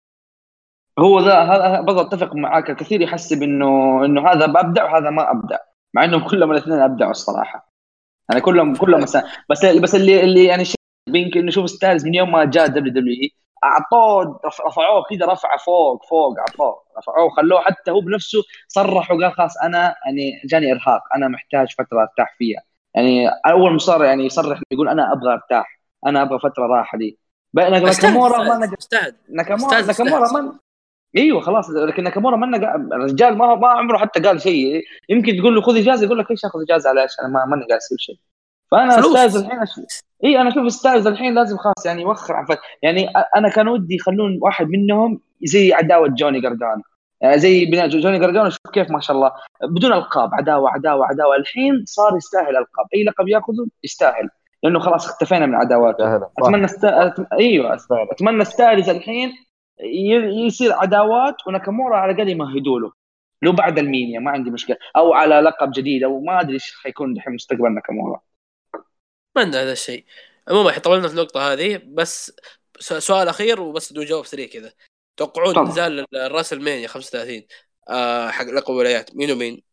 هو هذا بالضبط اتفق معاك. الكثير يحسب انه هذا ابدع وهذا ما ابدع، مع انهم كلهم الاثنين ابدعوا الصراحه. يعني كلهم بس اللي يعني يمكن نشوف ستايلز من يوم ما جاء WWE اعطوه رفعوه كذا رفعه فوق رفعوه خلوه حتى هو بنفسه صرح وقال خلاص انا يعني جاني ارهاق انا محتاج فتره ارتاح فيها يعني اول مصارع يعني يصرح يقول انا ابغى ارتاح انا ابغى فتره راحه لي بقى ناكامورا ما ناكامورا ما ايوه خلاص لكن ناكامورا الرجال ما عمره حتى قال شيء يمكن تقول له خذ اجازه يقول لك ايش اخذ اجازه علاش انا ما قاعد اسوي شيء فانا ستايلز الحين انا اشوف ستايلز الحين لازم خلاص يعني يوخر عن يعني انا كان ودي يخلون واحد منهم زي عداوه جوني جاردانو يعني زي بناء جوني جاردانو شوف كيف ما شاء الله بدون القاب عداوه الحين صار يستاهل القاب اي لقب ياخذه يستاهل لانه خلاص اختفينا من عداواته اتمنى اتمنى ستايلز الحين يصير عداوات وناكامورا على الاقل يمهدوا له لو بعد المينيا ما عندي مشكله او على لقب جديد او ما ادري ايش حيكون دحين مستقبل ناكامورا ما عندنا هذا الشيء. عموما احنا طولنا في النقطه هذه بس سؤال اخير وبس بدون جواب سريع كذا توقعون نزال الراس المانيا 35 حق لقب الولايات مين ومين؟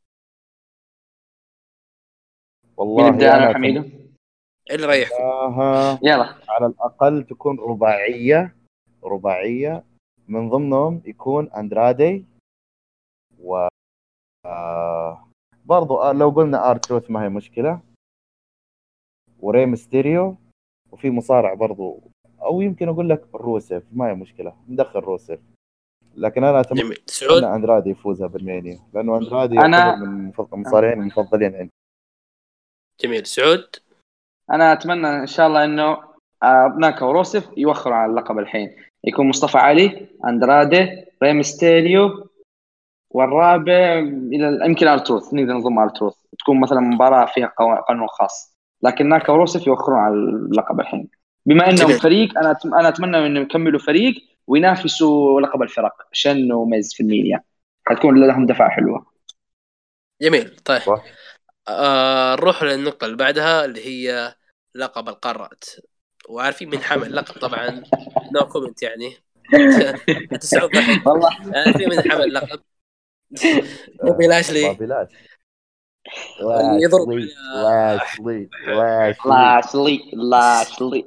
والله مين بدأ انا حميدو اللي ريحكم يلا على الاقل تكون رباعيه من ضمنهم يكون اندرادي و برضو لو قلنا ارتروث ما هي مشكله وري ميستيريو وفي مصارع برضو او يمكن اقول لك روسيف ما هي مشكله ندخل روسيف لكن انا اتمنى اندرادي يفوزها بالمانيا لانه اندرادي يعتبر من المصارعين المفضلين عندي. جميل. سعود انا اتمنى ان شاء الله انه ناكا وروسيف يوخروا على اللقب الحين يكون مصطفى علي اندرادي ري ميستيريو والرابع الى يمكن ارتروث نقدر نضم ارتروث تكون مثلا مباراه فيها قانون خاص لكن ناكا وروسيف يوخرون على اللقب الحين بما انهم فريق انا اتمنى انهم يكملوا فريق وينافسوا لقب الفرق شن وميز في الميديا حتكون لهم دفعه حلوه. جميل. طيب نروح للنقطه اللي بعدها اللي هي لقب القارات وعارفين من حمل لقب طبعا نو كومنت يعني حتى سعود ضحك والله عارفين من حمل لقب بوبي لاشلي يضرب لاشلي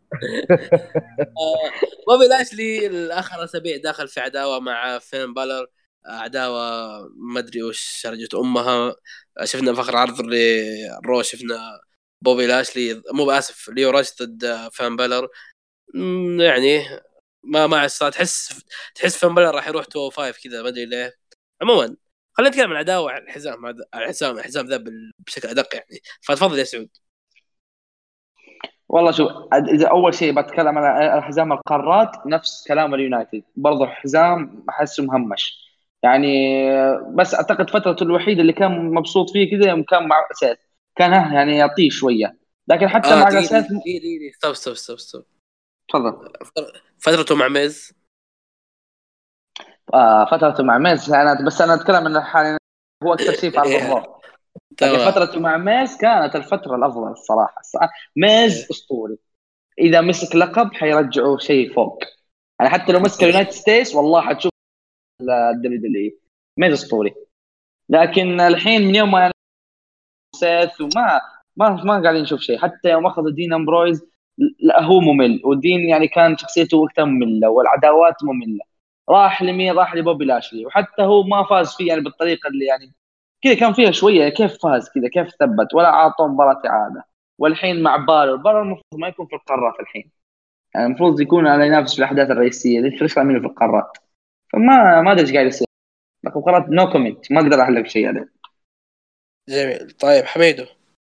بوبي لاشلي الاخر اسابيع داخل في عداوه مع فين بالر عداوه ما ادري وش رجت امها شفنا فخر عرض رو شفنا بوبي لاشلي مو باسف ليو راش ضد فان بالر يعني ما تحس فان بالر راح يروح 205 كذا ما ادري ليه. عموما خلينا نتكلم عن العداوه على الحزام ذا بشكل ادق يعني فتفضل يا سعود. والله شوف اذا اول شيء بتكلم عن حزام القارات نفس كلام اليونايتد برضه حزام احسه مهمش يعني بس اعتقد فترته الوحيده اللي كان مبسوط فيه كذا يوم كان مع سيث كان يعني يعطيه شويه لكن حتى مع سيث ستوب تفضل فترته مع ميز فترته مع ميز انا اتكلم عن الحال هو اكثر شيء في عرض الرو لكن فترته مع ميز كانت الفتره الافضل الصراحه ميز اسطوري اذا مسك لقب حيرجعوا شيء فوق يعني حتى لو مسك اليونايتد ستيتس والله حتشوف الدبليو ميز اسطوري لكن الحين من يوم ما يعني سيث وما قاعدين نشوف شيء حتى يوم اخذ دين امبرويز لا هو ممل ودين يعني كان شخصيته وقتها ممله والعداوات ممله راح لمين راح لبوبي لاشلي وحتى هو ما فاز فيه يعني بالطريقه اللي يعني كذا كان فيها شويه كيف فاز كذا كيف ثبت ولا اعطوا مباراه اعاده والحين مع بالر المفروض ما يكون في القارات الحين يعني المفروض يكون على ينافس في الاحداث الرئيسيه ليش يطلع منه في القارات فما ادري ايش قاعد يصير لكن قررت نو كومنت ما اقدر احلك شيء عليه. جميل. طيب حميدو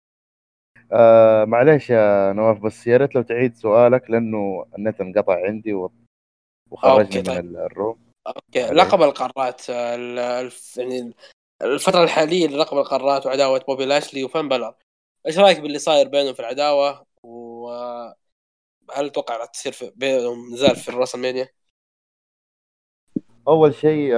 معليش يا نواف بس يا ريت لو تعيد سؤالك لانه النت انقطع عندي وخرجني من الروم. اوكي لقب القارات يعني الفتره الحاليه للقب القارات وعداوه بوبي لاشلي وفان بالر ايش رايك باللي صاير بينهم في العداوه وهل تتوقع راح تصير بينهم نزال في الراس المانيا؟ اول شيء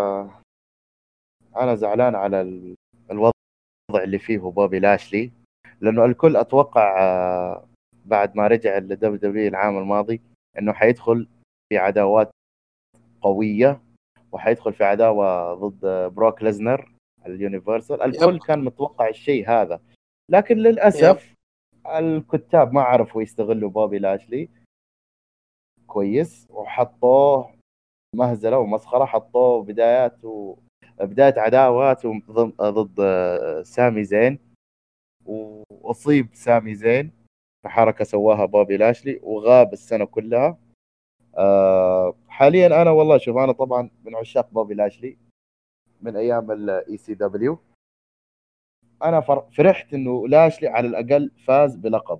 انا زعلان على الوضع اللي فيه بوبي لاشلي لانه الكل اتوقع بعد ما رجع للدبليو العام الماضي انه حيدخل في عداوات قويه وحيدخل في عداوه ضد بروك ليزنر اليونيفرسال الكل كان متوقع الشيء هذا لكن للاسف الكتاب ما عرفوا يستغلوا بوبي لاشلي كويس، وحطوه مهزله ومسخره. حطوه بدايه عداواته ضد سامي زين، واصيب سامي زين في حركه سواها بوبي لاشلي وغاب السنه كلها. حاليا انا والله شوف، انا طبعا من عشاق بوبي لاشلي من ايام الاي سي دبليو. انا فرحت انه لاشلي على الاقل فاز بلقب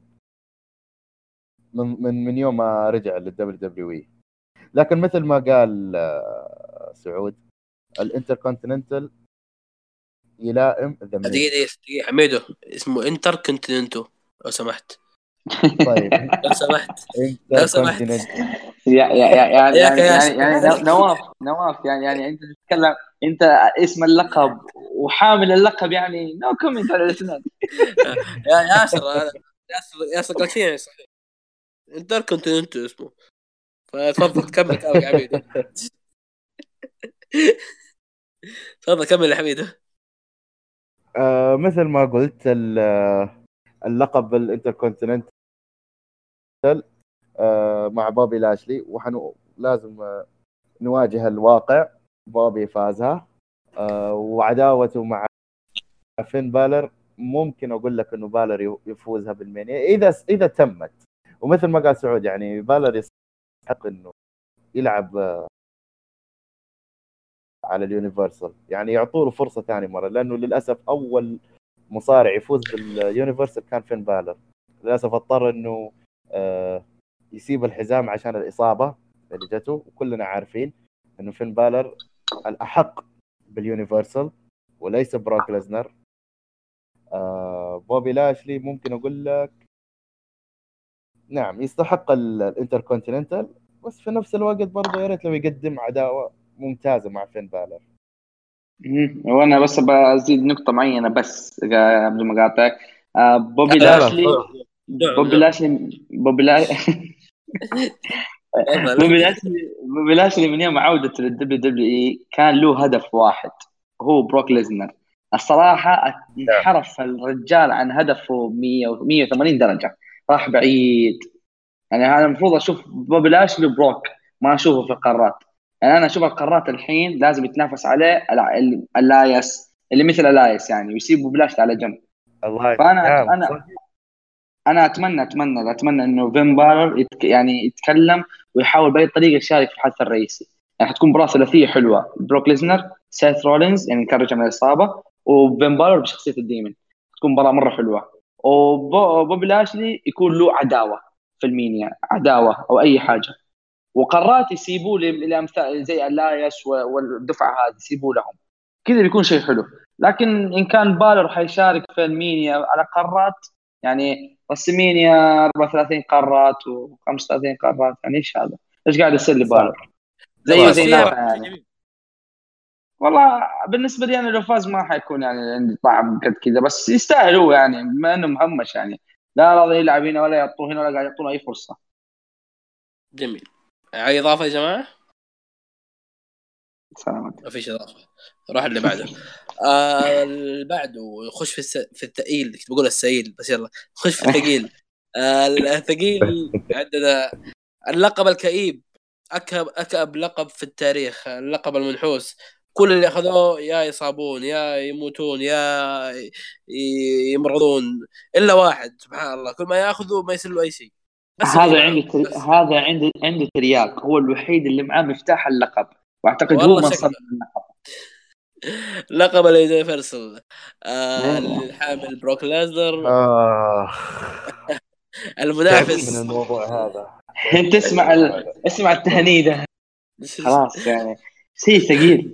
من يوم ما رجع للدبليو دبليو اي. لكن مثل ما قال سعود، الانتركونتيننتال يلائم ذا ميز. دقيقة حميدو، اسمه انتر كونتيننتو لو سمحت. طيب لو سمحت انتركونتيننتال يعني نواف يعني انت تتكلم، انت اسم اللقب وحامل اللقب، يعني نو كومنت على الاثنين. يا ياسر قال شيء صحيح، انتر كونتيننتو اسمه. فتفضل كمل كلامك يا حميدو. تفضل كمل يا حميدو. مثل ما قلت اللقب الانتركونتيننتال مع بوبي لاشلي، لازم نواجه الواقع. بوبي فازها، وعداوته مع فين بالر ممكن اقول لك انه بالر يفوزها بالمانيا اذا تمت. ومثل ما قال سعود، يعني بالر يستحق انه يلعب على اليونيفرسال، يعني يعطوا له فرصه ثاني مره، لانه للاسف اول مصارع يفوز باليونيفرسال كان فين بالر. للاسف اضطر انه يسيب الحزام عشان الاصابه اللي جته، وكلنا عارفين انه فين بالر الاحق باليونيفرسال وليس بروك ليزنر. بوبي لاشلي ممكن اقول لك نعم يستحق الانتركونتيننتال، بس في نفس الوقت برضه يا ريت لو يقدم عداوه ممتازه مع فين بالر. وانا بس بزيد نقطه معينه بس قبل ما اقاطعك. بوبي لا، لا، لاشلي بوبي لاشلي بوبي لاشلي بوبي لاشلي من يوم عودته للدبليو دبليو اي كان له هدف واحد، هو بروك ليزنر. الصراحه انحرف الرجال عن هدفه 180 درجه، راح بعيد. يعني انا المفروض اشوف بوبي لاشلي وبروك، ما اشوفه في القارات. يعني انا اشوف القارات الحين لازم يتنافس عليه الايس اللي مثل الايس، يعني ويسيب بوبي لاشلي على جنب. الله فانا نعم انا انا اتمنى انه فين بالر يعني يتكلم ويحاول باي طريقه يشارك في الحدث الرئيسي. يعني حتكون مباراه ثلاثيه حلوه، بروك ليزنر، سيث رولينز يعني كان من الاصابه، وفين بالر بشخصيه الديمن. تكون مباراه مره حلوه. وبوبي لاشلي يكون له عداوه في المينيا، عداوه او اي حاجه. وقرات يسيبوا لامثال زي الايش والدفعه هذه يسيبوا لهم، كذا بيكون شيء حلو. لكن ان كان بالر حيشارك في المينيا على قارات، يعني رسمينيا 34 قارات و35 قارات، يعني ايش هذا؟ ايش قاعد يصير لبالر؟ زيه زي نافع يعني. والله بالنسبه لي انا لو فاز ما حيكون يعني عندي طعم قد كذا، بس يستاهل هو يعني بما انه مهمش، يعني لا راضي يلعب هنا ولا يعطوه هنا ولا قاعد يعطونه اي فرصه. جميل. اي اضافه يا جماعه؟ سلامات. ما فيش اضافه. روح اللي بعده. اللي بعده يخش في الثقيل، كنت بقول السئيل بس يلا خش في الثقيل. الثقيل عندنا اللقب الكئيب، أكأب لقب في التاريخ، اللقب المنحوس. كل اللي أخذوه يا يصابون يا يموتون يا يمرضون، إلا واحد سبحان الله كل ما يأخذه ما يصير له أي شيء. هذا عنده ترياق، هو الوحيد اللي معاه مفتاح اللقب، واعتقد هو من صنع اللقب. لقب اليونيفرسال الحامل بروك ليزنر. المنافس من الموضوع هذا. انت اسمع التهنيده خلاص، يعني شيء ثقيل.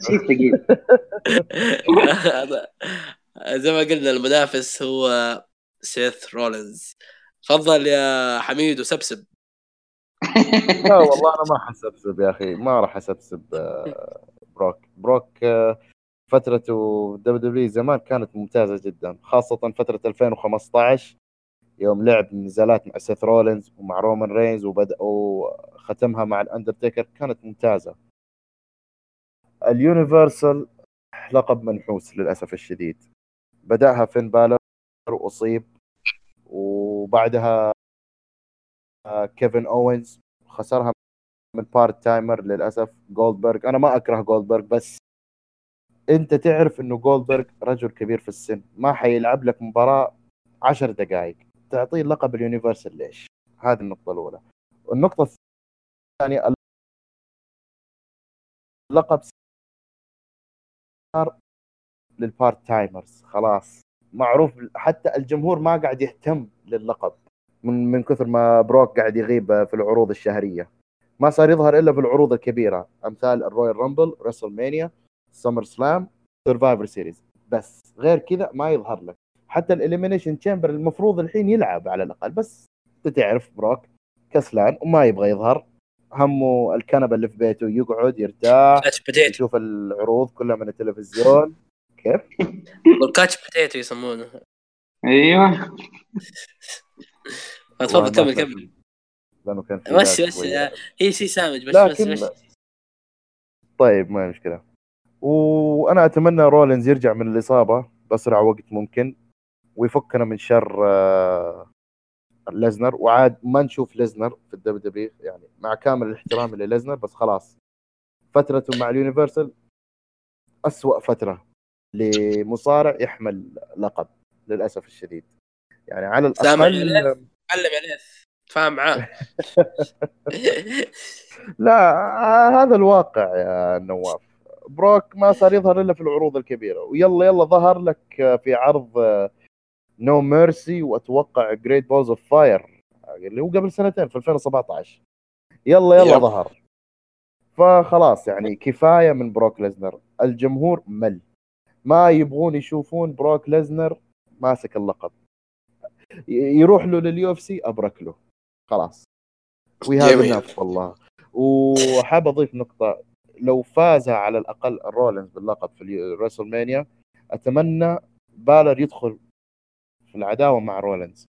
زي ما قلنا المنافس هو سيث رولينز. تفضل يا حميد وسبسب. لا والله انا ما حسبسب يا اخي، ما راح اسبسب. بروك فترته دبليو دبليو زمان كانت ممتازه جدا، خاصه فتره 2015 يوم لعب نزالات مع سيث رولينز ومع رومان رينز وختمها مع الاندرتيكر، كانت ممتازه. اليونيفرسال لقب منحوس للاسف الشديد. بداها فين بالر واصيب وبعدها كيفن أوينز خسرها من بارت تايمر للأسف جولدبرغ. أنا ما أكره جولدبرغ، بس أنت تعرف إنه جولدبرغ رجل كبير في السن، ما حيلعب لك مباراة 10 دقائق تعطيه لقب اليونيفرسال ليش؟ هذه النقطة الأولى. والنقطة الثانية، اللقب صار للبارت تايمرز خلاص، معروف، حتى الجمهور ما قاعد يهتم للقب من كثر ما بروك قاعد يغيب في العروض الشهرية. ما صار يظهر إلا في العروض الكبيرة، أمثال الرويال رامبل، ريسل مانيا، سمر سلام، سرفايفر سيريز، بس غير كذا ما يظهر لك. حتى الإليمينيشن تشامبر المفروض الحين يلعب على الأقل، بس أنت تعرف بروك كسلان وما يبغى يظهر، همه الكنبة اللي في بيته يقعد يرتاح كاتش بوتيتو، يشوف العروض كلها من التلفزيون. كيف؟ والكاتش بوتيتو يسمونه. ايوه تفضل والله ما كمل. لأنه كان في بس لاج شوية. هي شيء سامج، لكن بس طيب ما مشكلة. وأنا أتمنى رولينز يرجع من الإصابة بأسرع وقت ممكن، ويفكنا من شر ليزنر، وعاد ما نشوف ليزنر في الدبليو، يعني مع كامل الاحترام لليزنر، بس خلاص فترته مع اليونيفرسال أسوأ فترة لمصارع يحمل لقب للأسف الشديد. يعني على سامع الأقل عليه، علم عليه، تفاهم معاه. لا، هذا الواقع يا نواف. بروك ما صار يظهر إلا في العروض الكبيرة، ويلا يلا ظهر لك في عرض نو ميرسي، وأتوقع جريت بولز اوف فاير اللي هو قبل سنتين في 2017. يلا يلا يب. ظهر. فخلاص يعني كفاية من بروك ليزنر، الجمهور مل، ما يبغون يشوفون بروك ليزنر ماسك اللقب. يروح له لليو اف سي ابرك له خلاص. وي هاف جميل. انف والله. وحاب اضيف نقطة، لو فاز على الاقل رولينز باللقب في الريسل مانيا، اتمنى بالر يدخل في العداوة مع رولينز،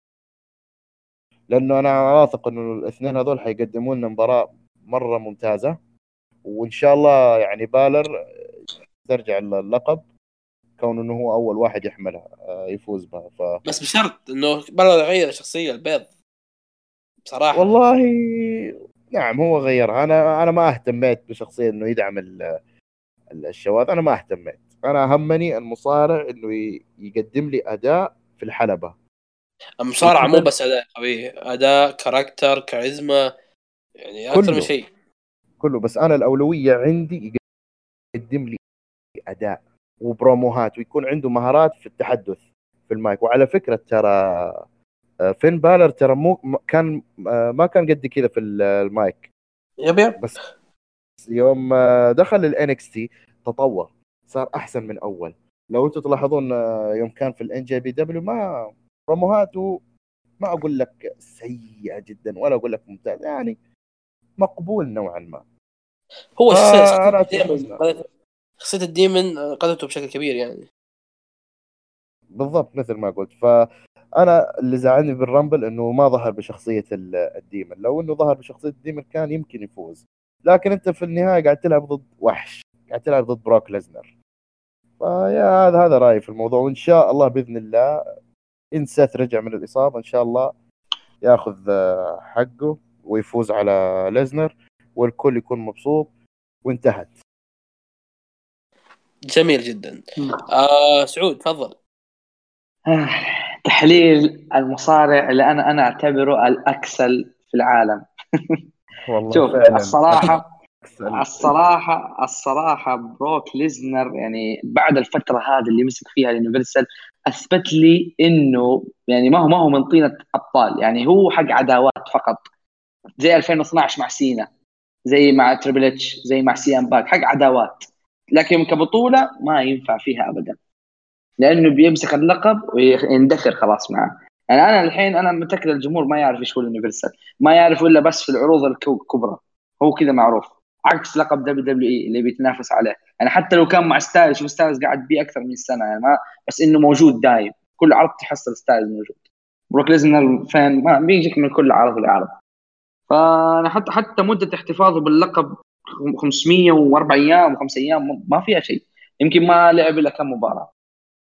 لانه انا واثق انه الاثنين هذول حيقدمون لنا مباراة مرة ممتازة، وان شاء الله يعني بالر ترجع اللقب، كون انه هو اول واحد يحملها يفوز بها. بس بشرط انه بلغ غير الشخصيه البيض بصراحه. والله نعم هو غيرها. انا ما اهتميت بشخصيه انه يدعم الشواذ، انا ما اهتميت. انا همني المصارع انه يقدم لي اداء في الحلبه. المصارعه مو وكمان بس اداء قوي، اداء، كاركتر، كاريزما، يعني اكثر من كله شيء. كله، بس انا الاولويه عندي يقدم لي اداء وبروموهات، ويكون عنده مهارات في التحدث في المايك. وعلى فكره ترى فين بالر ترى مو كان ما كان قد كذا في المايك، يب. بس يوم دخل الان اكس تي تطور، صار احسن من اول. لو انتم تلاحظون يوم كان في الان جي بي دبليو، ما بروموهاته ما اقول لك سيئه جدا ولا اقول لك ممتاز، يعني مقبول نوعا ما. هو فانا اتمنى شخصيه الديمن قدرته بشكل كبير يعني. بالضبط مثل ما قلت. فانا اللي زعلني بالرامبل انه ما ظهر بشخصيه الديمن، لو انه ظهر بشخصيه الديمن كان يمكن يفوز. لكن انت في النهايه قاعد تلعب ضد وحش، قاعد تلعب ضد بروك ليزنر. فيا هذا رايي في الموضوع. وان شاء الله باذن الله ان سيث رجع من الاصابه ان شاء الله ياخذ حقه ويفوز على ليزنر، والكل يكون مبسوط وانتهت. جميل جدا. سعود تفضل. تحليل المصارع اللي انا اعتبره الاكسل في العالم. والله شوف فعلا الصراحة بروك ليزنر يعني بعد الفترة هذه اللي مسك فيها اليونيفرسال أثبت لي إنه يعني ما هو من طينة أبطال، يعني هو حق عداوات فقط، زي 2012 مع سينا، زي مع تريبل اتش، زي مع سي ام باك، حق عداوات. لكن كبطولة ما ينفع فيها أبدا، لأنه بيمسك اللقب ويندثر خلاص معه. يعني أنا الحين أنا متأكد الجمهور ما يعرف إيش هو اليونيفرسال، ما يعرف إلا بس في العروض الكبرى، هو كذا معروف، عكس لقب دبليو اي اللي بيتنافس عليه. يعني حتى لو كان مع ستايلز، شوف ستايلز قاعد بيه اكثر من سنه، يعني ما بس انه موجود دايم، كل عرض تحصل ستايلز موجود. بروك ليزنر فين ما بيجيك من كل عرض لعرض. فانا حتى مده احتفاظه باللقب 504 ايام و5 ايام ما فيها شيء، يمكن ما لعب الا كم مباراه.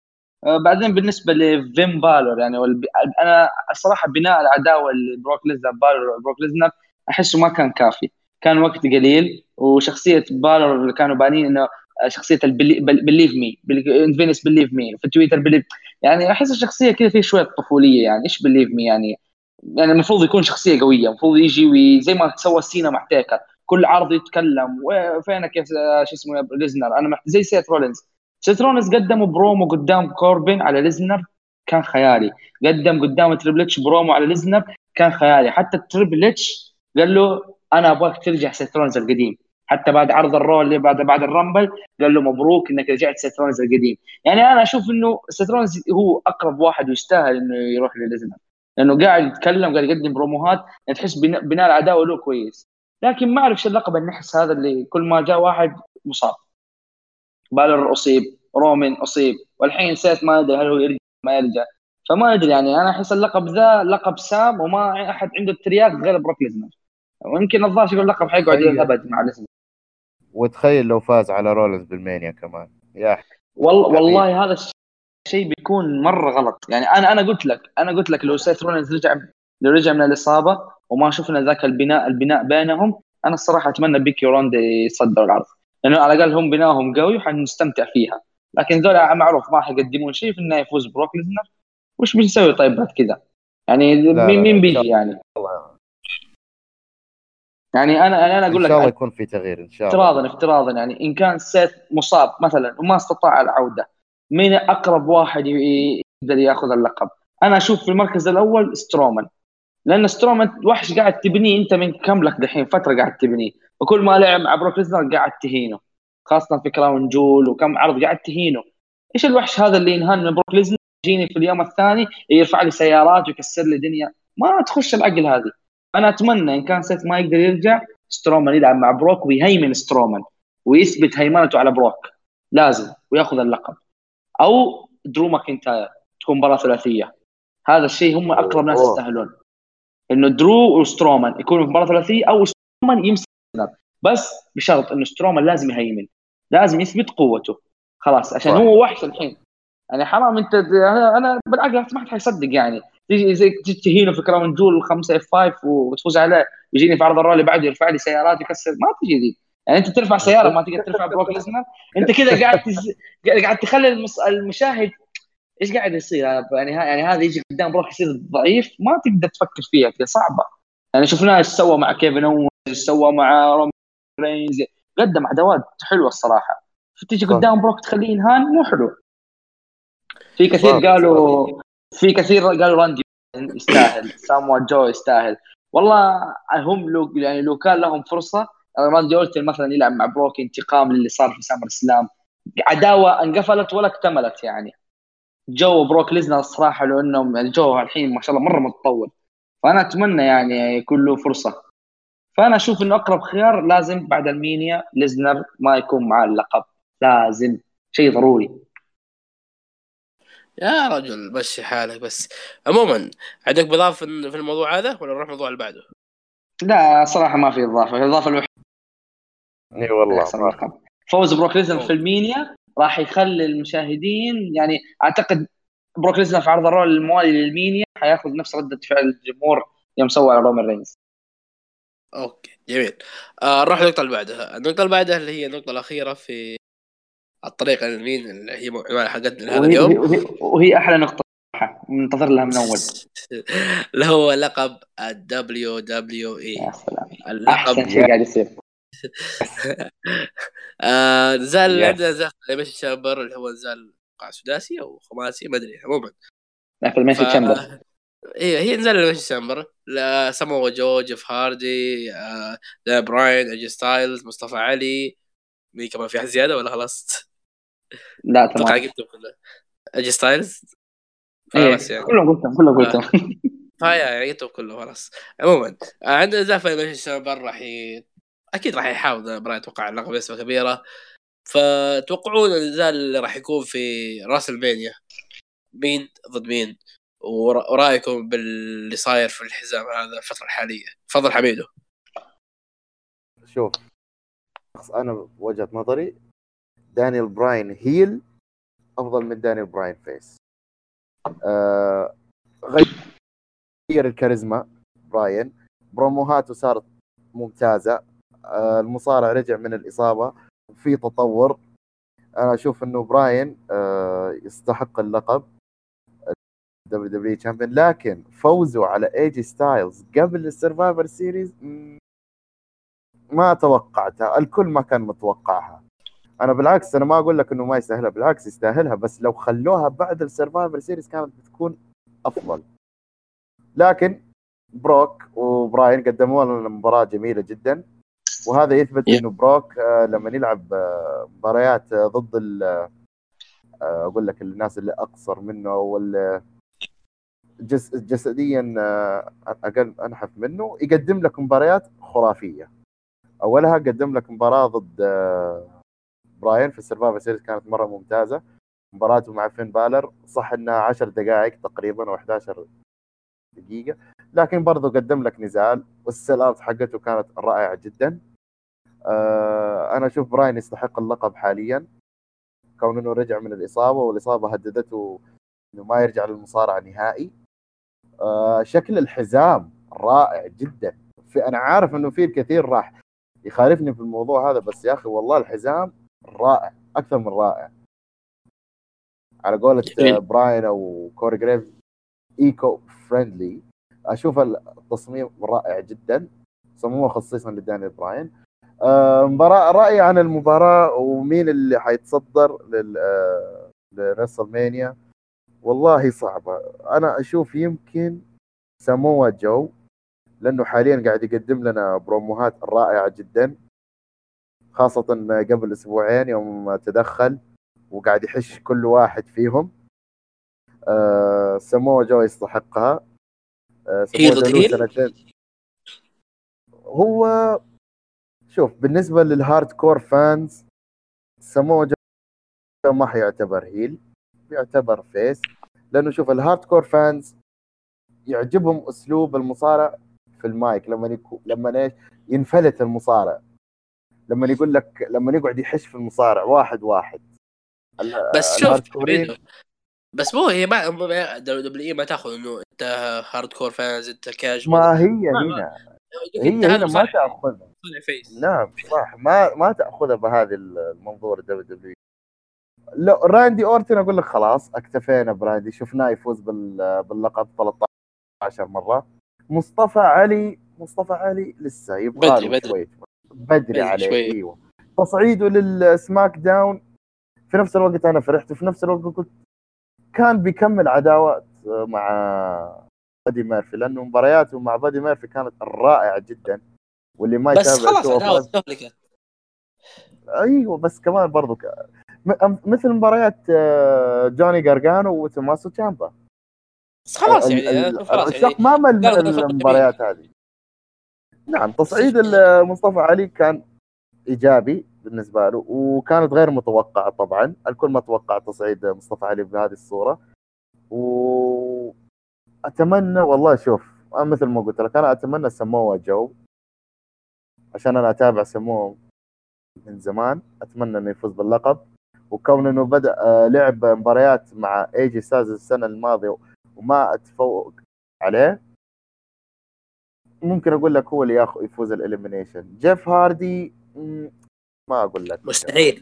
بعدين بالنسبه لفين بالور يعني انا الصراحه بناء العداوه اللي بروك ليزنر بالور وبروك ليزنر احسه ما كان كافي، كان وقت قليل. وشخصيه بالور اللي كانوا بانين انه شخصيه بليف مي فينس بليف مي في تويتر بليف، يعني احس الشخصيه كذا فيه شويه طفوليه. يعني ايش بليف مي يعني المفروض يكون شخصيه قويه، المفروض يجي زي ما سوى سينا مع تيكر كل عرض يتكلم وفينك يا شو اسمه ليزنر. انا زي سيت رولينز. سيت رولينز قدموا برومو قدام كوربين على ليزنر كان خيالي، قدم قدام تريبل اتش برومو على ليزنر كان خيالي. حتى تريبل اتش قال له انا ابغاك ترجع سيت رولينز القديم. حتى بعد عرض الرول اللي بعد الرامبل قال له مبروك انك رجعت سيت رولينز القديم. يعني انا اشوف انه سيت رولينز هو اقرب واحد ويستاهل انه يروح لليزنر، لانه قاعد يتكلم قاعد يقدم بروموهات يعني تحس بناء العداوه له كويس. لكن ما اعرف شو اللقب النحس هذا اللي كل ما جاء واحد مصاب. بالر اصيب، رومن اصيب، والحين سيت ما ادري هل هو يرجع ما يرجع. فما ادري يعني انا احس اللقب ذا لقب سام وما احد عنده الترياق غير بروك ليزنر. ويمكن الظاهر يقول اللقب حيقعد الى الابد مع ليزنر. وتخيل لو فاز على رولنز بالمانيا كمان يا والله هذا الشيء بيكون مره غلط. يعني انا قلت لك لو سيث رولينز رجع من الاصابه وما شفنا ذاك البناء بينهم، انا الصراحه اتمنى بيكي وروندي يصدروا العرض، لانه على الاقل هم بناهم قوي وحنستمتع فيها. لكن ذولا معروف ما حيقدمون شيء في النهايه يفوز بروك ليزنر. وش بنسوي طيب بعد كذا؟ يعني لا مين إن شاء بيجي يعني؟ الله يعني انا اقول إن لك شاء الله يكون في تغيير إن شاء الله. افتراضا يعني ان كان سيث مصاب مثلا وما استطاع العوده، مين اقرب واحد يقدر ياخذ اللقب؟ انا اشوف في المركز الاول سترومان، لان سترومان وحش قاعد تبنيه انت من كم لك دحين فتره قاعد تبنيه، وكل ما لعب مع بروك ليزنر قاعد تهينه، خاصه في كراون جول وكم عرض قاعد تهينه. ايش الوحش هذا اللي ينهان من بروك ليزنر يجيني في اليوم الثاني يرفع لي سيارات ويكسر لي دنيا؟ ما تخش العقل هذه. انا اتمنى ان كان سيث ما يقدر يرجع سترومان يلعب مع بروك ويهيمن سترومان ويثبت هيمنته على بروك لازم وياخذ اللقب، او درو ماكنتاير تكون مباراه ثلاثيه. هذا الشيء هم اقرب ناس يستاهلون، انه درو وسترومان يكونوا في مباراه ثلاثيه او سترومان يمسك، بس بشرط انه سترومان لازم يهيمن، لازم يثبت قوته خلاص عشان هو وحش الحين. يعني حرام انت انا بالعقل ما حد حيصدق يعني تيجي زي تهينه في كراون جول 5 اف 5 وتفوز عليه ويجيني في عرض الرول اللي بعده يرفع لي سيارات يكسر. ما تجي ذي يعني انت ترفع سياره ما تقدر ترفع بروك ليزنر. انت كذا قاعد تخلي المشاهد ايش قاعد يصير يعني هذا يجي قدام بروك يصير ضعيف ما تقدر تفكر فيها كذا صعبه. يعني شفناه ايش سوى مع كيفن اونز، ايش سوى مع رومان رينز، قدم عداوات حلوه الصراحه. فتيجي قدام بروك تخليه ينهان مو حلو. في كثير قالوا راندي يستاهل، ساموا جو يستاهل. والله هم لو كان لهم فرصه راندي اورتن مثلا يلعب مع بروك انتقام للي صار في سامر اسلام، عداوه انقفلت ولا اكتملت. يعني جو بروك ليزنر الصراحه لو انهم الجو الحين ما شاء الله مره متطور، فانا اتمنى يعني يكون له فرصه. فانا اشوف انه اقرب خيار لازم بعد المينيا ليزنر ما يكون معاه اللقب، لازم شيء ضروري. يا رجل مشي حالك بس. عموما عندك بضافة في الموضوع هذا ولا نروح الموضوع اللي بعده؟ لا صراحه ما في اضافه. الاضافه الوحيده اي والله يحصل اللقب فوز بروك ليزنر في المينيا راح يخلي المشاهدين يعني اعتقد بروك ليزنر في عرض الرول الموالي للمينيا حياخذ نفس رده فعل الجمهور يوم سوى على رومان رينز. اوكي جميل. نروح النقطة اللي بعدها. النقطة اللي بعدها اللي هي النقطة الأخيرة في الطريق للمين اللي هي عنوان حلقتنا هذا اليوم، وهي احلى نقطه منتظر لها من اول اللي هو لقب WWE. يا سلام اللقب احسن شيء قاعد يصير. نزال عندنا نزال ماشي شامبر اللي هو نزال قاع سداسي او خماسي ما ادري. عموما في الميشي تشامبر ايه هي نزال الميشي شامبر سامو جو، جيف هاردي، دا براين، اجي ستايلز، مصطفى علي. مين كمان في احد زياده ولا خلصت؟ لا اتوقع تمام قلتهم كله. اجي ستايلز ايه يعني كلهم قلتهم فهي يعني قلتهم كله خلاص. عموما عندنا نزال في الميشي شامبر اكيد راح يحاول دا براين اتوقع اللقب بنسبه كبيره. فتوقعون النزال اللي راح يكون في راس المانيا مين ضد مين؟ ورايكم باللي صاير في الحزام هذا الفترة الحالية؟ تفضل حميدو. شوف انا بوجهة نظري دانيال براين هيل افضل من دانيال براين فيس. غير الكاريزما براين، بروموهاته صارت ممتازة، المصارع رجع من الإصابة وفي تطور. أنا أشوف إنه براين يستحق اللقب WWE Champion، لكن فوزه على AJ ستايلز قبل السرفايفر سيريز ما توقعتها، الكل ما كان متوقعها. أنا بالعكس، أنا ما أقول لك إنه ما يستاهلها، بالعكس يستاهلها، بس لو خلوها بعد السرفايفر سيريز كانت بتكون أفضل. لكن بروك وبراين قدموا لنا مباراة جميلة جدا، وهذا يثبت انه بروك لما يلعب مباريات ضد اقول لك الناس اللي اقصر منه او جسديا اقل انحف منه، يقدم لك مباريات خرافيه. اولها قدم لك مباراه ضد براين في السرفايفر سيريز كانت مره ممتازه. مباراته مع فين بالر صح انها 10 دقائق تقريبا او 11 دقيقه، لكن برضه قدم لك نزال، والسيل اوت حقته كانت رائعه جدا. انا اشوف براين يستحق اللقب حاليا، كون انه رجع من الاصابه، والاصابه هددته انه ما يرجع للمصارعه نهائي. شكل الحزام رائع جدا. انا عارف انه في الكثير راح يخالفني في الموضوع هذا، بس يا اخي والله الحزام رائع اكثر من رائع. على قولة براين او كوري جريف، ايكو فريندلي. اشوف التصميم رائع جدا، صمموه خصيصا لدانيال براين. مباراة رأيي عن المباراة ومين اللي حيتصدر لريسل مانيا، والله صعبة. أنا أشوف يمكن ساموا جو، لأنه حاليا قاعد يقدم لنا بروموهات رائعة جدا، خاصة قبل أسبوعين يوم تدخل وقاعد يحش كل واحد فيهم. ساموا جو يستحقها. ساموا جو له سنتين. هو شوف، بالنسبة للهارد كور فانز ساموا جو ما حيعتبر هيل، يعتبر فيس، لانه شوف الهارد كور فانز يعجبهم اسلوب المصارع في المايك، لما ايش ينفلت المصارع، لما يقول لك، لما يقعد يحش في المصارع واحد واحد. بس شوف بس مو هي ما دبليو ما تاخذ انه انت هارد كور فانز انت كاجوال، ما هي هنا هي هنا ما تاخذها. نعم صح، ما تاخذها بهذه المنظور دبليو. لو راندي اورتن اقول لك خلاص اكتفينا براندي، شفناه يفوز باللقب 13 مره. مصطفى علي لسه يبغى له شوي بدري عليه شوية. ايوه تصعيده للسماك داون في نفس الوقت انا فرحت، وفي نفس الوقت قلت كان بيكمل عداوات مع بادي ميرفي، لانه مبارياته مع بادي ميرفي كانت رائعه جدا، واللي ما بس خلاص عداوه تهلكت. ايوه بس كمان برضو مثل مباريات جوني غارغانو وتوماسو تشامبا، خلاص يعني العشاق ما مل المباريات هذه. نعم تصعيد مصطفى علي كان ايجابي بالنسبه له، وكانت غير متوقعه طبعا، الكل ما توقع تصعيد مصطفى علي بهذه الصوره. واتمنى والله، شوف مثل ما قلت لك انا اتمنى سموه جو، عشان انا اتابع سموه من زمان، اتمنى انه يفوز باللقب. وكون انه بدا لعب مباريات مع ايجي ستايلز السنه الماضيه وما اتفوق عليه، ممكن اقول لك هو اللي يفوز الاليمينيشن. جيف هاردي ما اقول لك مستحيل.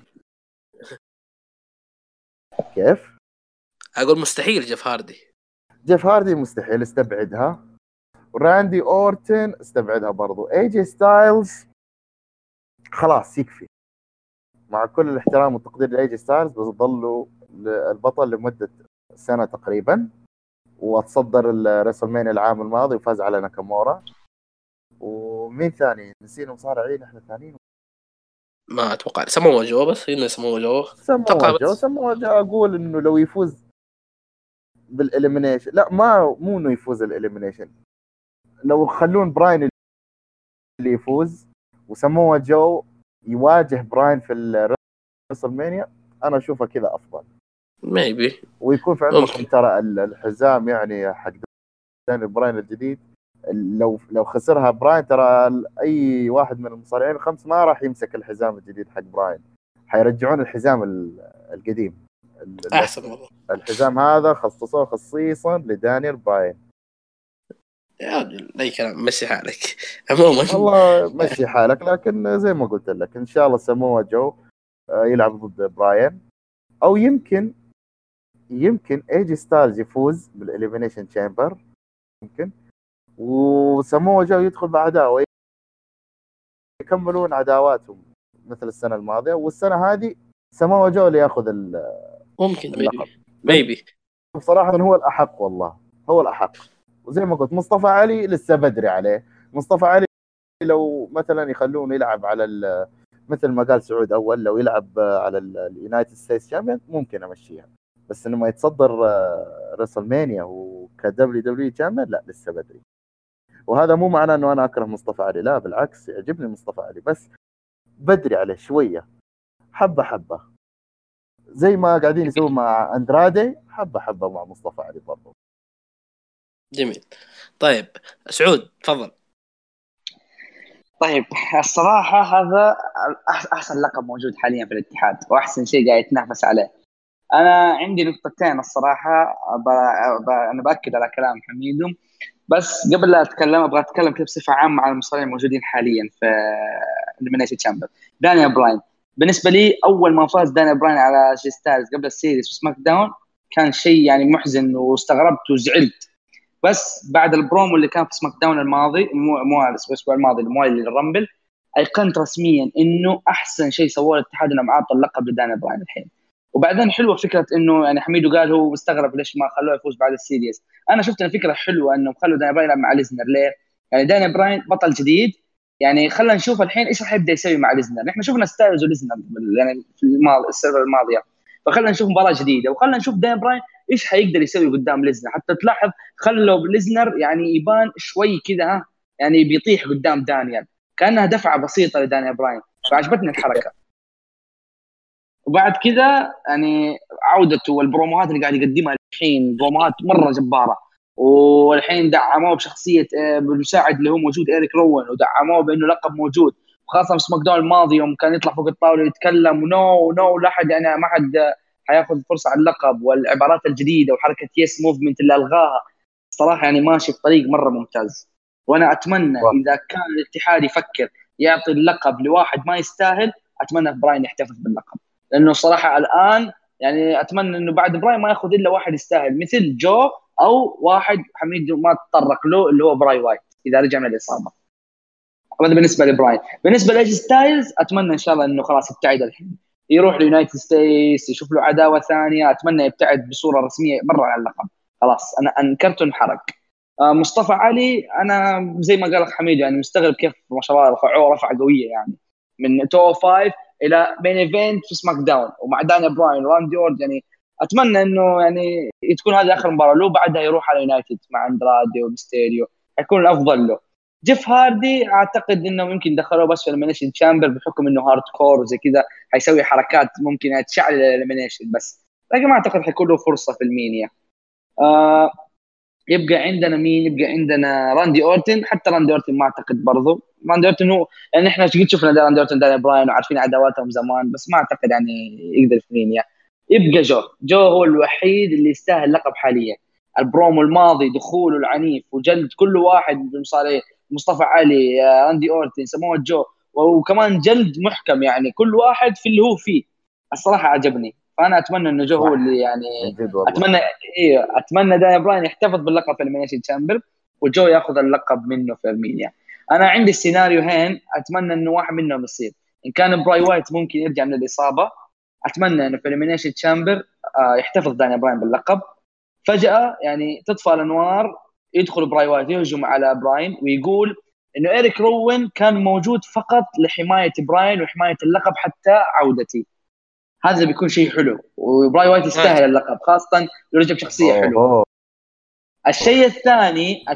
كيف اقول مستحيل جيف هاردي مستحيل، استبعدها. وراندي اورتن استبعدها برضو. ايجي ستايلز خلاص يكفي، مع كل الاحترام والتقدير لايجي ستايلز، بس ظلوا البطل لمده سنه تقريبا، وتصدر الريسلمانيا العام الماضي وفاز على ناكامورا. ومين ثاني نسينا مصارعين احنا ثانيين؟ ما اتوقع سموه جو، بس هنا سموه جو اقول انه لو يفوز بالاليمينيشن، لا مو انه يفوز الاليمينيشن، لو خلون براين اللي يفوز وسموه جو يواجه براين في الريسلمانيا، انا اشوفها كذا افضل ميبي. ويكون في علمكم ترى الحزام يعني حق دانيال براين الجديد، لو خسرها براين ترى اي واحد من المصارعين الخمس ما راح يمسك الحزام الجديد حق براين، حيرجعون الحزام القديم احسن والله. الحزام هذا خصصوه خصيصا لدانيال براين. يا رجل اي كلام، مشي حالك. عموما والله مشي حالك، لكن زي ما قلت لك ان شاء الله سموه جو يلعب ضد براين، او يمكن ايجي ستايلز يفوز بالإليمينيشن تشامبر يمكن، وسموه جو يدخل بعداوة يكملون عداواتهم مثل السنة الماضية، والسنة هذه سموه جو اللي ياخذ ممكن ميبي. بصراحة هو الأحق، والله هو الأحق. وزي ما قلت مصطفى علي لسه بدري عليه. مصطفى علي لو مثلا يخلونه يلعب على مثل ما قال سعود أول، لو يلعب على اليونايتد ستيتس شامبيون ممكن أمشيها، بس إنه ما يتصدر ريسلمانيا وكدبليو دبليو شامبيون لا، لسه بدري. وهذا مو معناه إنه أنا أكره مصطفى علي، لا بالعكس يعجبني مصطفى علي، بس بدري عليه شوية، حبة حبة زي ما قاعدين يسووا مع أندرادي، حبة حبة مع مصطفى علي برضو. جميل. طيب سعود تفضل. طيب الصراحة هذا أحسن لقب موجود حاليا في الاتحاد، وأحسن شيء قاعد يتنافس عليه. أنا عندي نقطتين الصراحة، أنا بأكد على كلام حميدو، بس قبل لا أتكلم أبغى أتكلم كيف بصفة عامة عن المصارعين الموجودين حاليا في الإليمينيشن تشامبر. دانيال براين بالنسبة لي أول ما فاز دانيال براين على جي ستايلز قبل السيريس وسماك داون كان شيء يعني محزن، واستغربت وزعلت. بس بعد البرومو اللي كان في سماك داون الماضي، مو الاسبوع الماضي الموالي للرامبل، ايقنت رسميا انه احسن شيء سووه الاتحاد انه معطى اللقب لدانيال براين الحين. وبعدين حلوه فكره انه يعني حميدو قال هو مستغرب ليش ما خلوه يفوز بعد السيريس. انا شفت الفكره حلوه انه خلوا دانيال براين يلعب مع ليزنر. ليه؟ يعني دانيال براين بطل جديد، يعني خلينا نشوف الحين ايش راح يبدا يسوي مع ليزنر. نحن شفنا ستايلز وليزنر يعني في السنه الماضيه، فخلينا نشوف مباراه جديده، وخلينا نشوف دانيال براين ايش حيقدر يسوي قدام ليزنر. حتى تلاحظ خلوا ليزنر يعني يبان شوي كذا يعني بيطيح قدام دانيال، كانها دفعه بسيطه لدانيال براين، فعجبتني الحركه. وبعد كذا يعني عودته والبروموهات اللي قاعد يقدمها الحين بروموهات مره جباره، والحين دعموه بشخصيه بالمساعد اللي هو موجود إيريك روين، ودعموه بانه لقب موجود، وخاصه في سماك داون الماضي يوم كان يطلع فوق الطاوله يتكلم ونو لا احد يعني ما حد حياخذ فرصه على اللقب، والعبارات الجديده وحركه يس موفمنت اللي الغاها. صراحه يعني ماشي في طريق مره ممتاز. وانا اتمنى اذا كان الاتحاد يفكر يعطي اللقب لواحد ما يستاهل، اتمنى براين يحتفظ باللقب، لانه صراحه الان يعني اتمنى انه بعد براين ما ياخذ الا واحد يستاهل مثل جو، او واحد حميد ما تطرق له اللي هو براي وايت اذا رجع من الاصابه. هذا بالنسبه لبراين. بالنسبه لايج ستايلز اتمنى ان شاء الله انه خلاص يبتعد الحين، يروح ليونايتد ستيتس يشوف له عداوه ثانيه. اتمنى يبتعد بصوره رسميه برا عن اللقب، خلاص انا انكرته انحرق. مصطفى علي انا زي ما قال حميد يعني مستغرب كيف ما شاء الله رفعوه رفعه قويه، يعني من تو 5 الى مين ايفنت في سماك داون ومع دانيال براين وراندي اورد. يعني اتمنى انه يعني تكون هذه اخر مباراه له، بعدها يروح على يونايتد مع اندرادي وميستيريو، حيكون الافضل له. جيف هاردي اعتقد انه ممكن دخلوه بس في الاليمينيشن تشامبر بحكم انه هارد كور وزي كذا، حيسوي حركات ممكن تشعل الاليمينيشن بس، لكن ما اعتقد حيكون له فرصه في المينيا. يبقى عندنا مين؟ يبقى عندنا راندي اورتن. حتى راندي اورتن ما اعتقد برضه، راندي اورتن هو يعني احنا قد شفنا راندي اورتن دانيال براين وعارفين عداواتهم زمان، بس ما اعتقد يعني يقدر في مينيا. يبقى جو هو الوحيد اللي يستاهل اللقب حاليا. البرومو الماضي دخوله العنيف وجلد كل واحد بمصاري مصطفى علي راندي اورتن سموه جو، وكمان جلد محكم يعني كل واحد في اللي هو فيه. الصراحه عجبني، فانا اتمنى انه جو هو اللي يعني اتمنى دانيال براين يحتفظ باللقب في الإليمينيشن تشامبر وجو ياخذ اللقب منه في المينيا. انا عندي السيناريوهين اتمنى انه واحد منهم يصير. ان كان براي وايت ممكن يرجع من الاصابه، اتمنى انه في الإليمينيشن تشامبر يحتفظ دانيال براين باللقب. فجاه يعني تطفى الانوار، يدخل براي وايت يهجم على براين ويقول انه إيريك روين كان موجود فقط لحمايه براين وحمايه اللقب حتى عودتي. هذا بيكون شيء حلو، وبراي وايت يستاهل اللقب خاصه يرجع بشخصيه حلوه. الشيء الثاني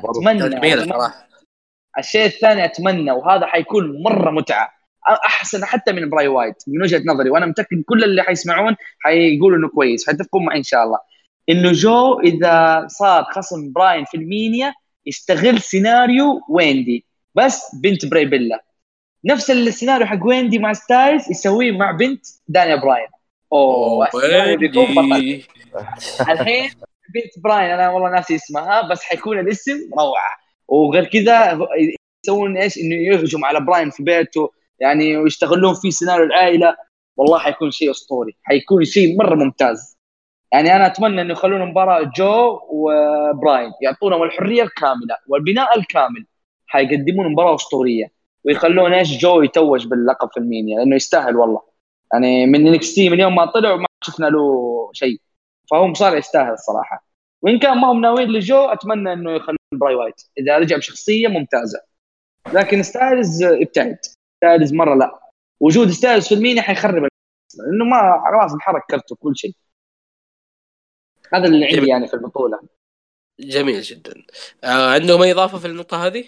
اتمنى وهذا حيكون مره متعه احسن حتى من براي وايت من وجهه نظري، وانا متاكد كل اللي حيسمعون حيقولوا انه كويس، حيتفقوا معي ان شاء الله، انه جو اذا صار خصم براين في المينيا يستغل سيناريو ويندي بس بنت براي بيلا، نفس السيناريو حق ويندي مع ستايلز يسويه مع بنت دانيال براين. براين بيكون بطل. الحين بنت براين انا والله ناسي اسمها، بس حيكون الاسم روعه. وغير كذا يسوون ايش، انه يهجم على براين في بيته يعني، ويشتغلون في سيناريو العائله. والله حيكون شيء اسطوري، حيكون شيء مره ممتاز. يعني انا اتمنى انه يخلون مباراه جو وبراين، يعطونهم الحريه الكامله والبناء الكامل، حيقدمون مباراه اسطوريه، ويخلون ايش جو يتوج باللقب في المينيا، لانه يستاهل والله. يعني من NXT من يوم ما طلع وما شفنا له شيء، فهو صار يستاهل الصراحه. وان كان ما هم ناويين لجو، اتمنى انه يخلون براي وايت اذا رجع بشخصيه ممتازه. لكن ستايلز ابتعد، ستايلز مره لا. وجود ستايلز في المينيا حيخرب، لانه ما خلاص انحرق كرته كل شيء. هذا اللي عندي يعني في البطوله. جميل جدا. عندهم اي اضافه في النقطه هذه؟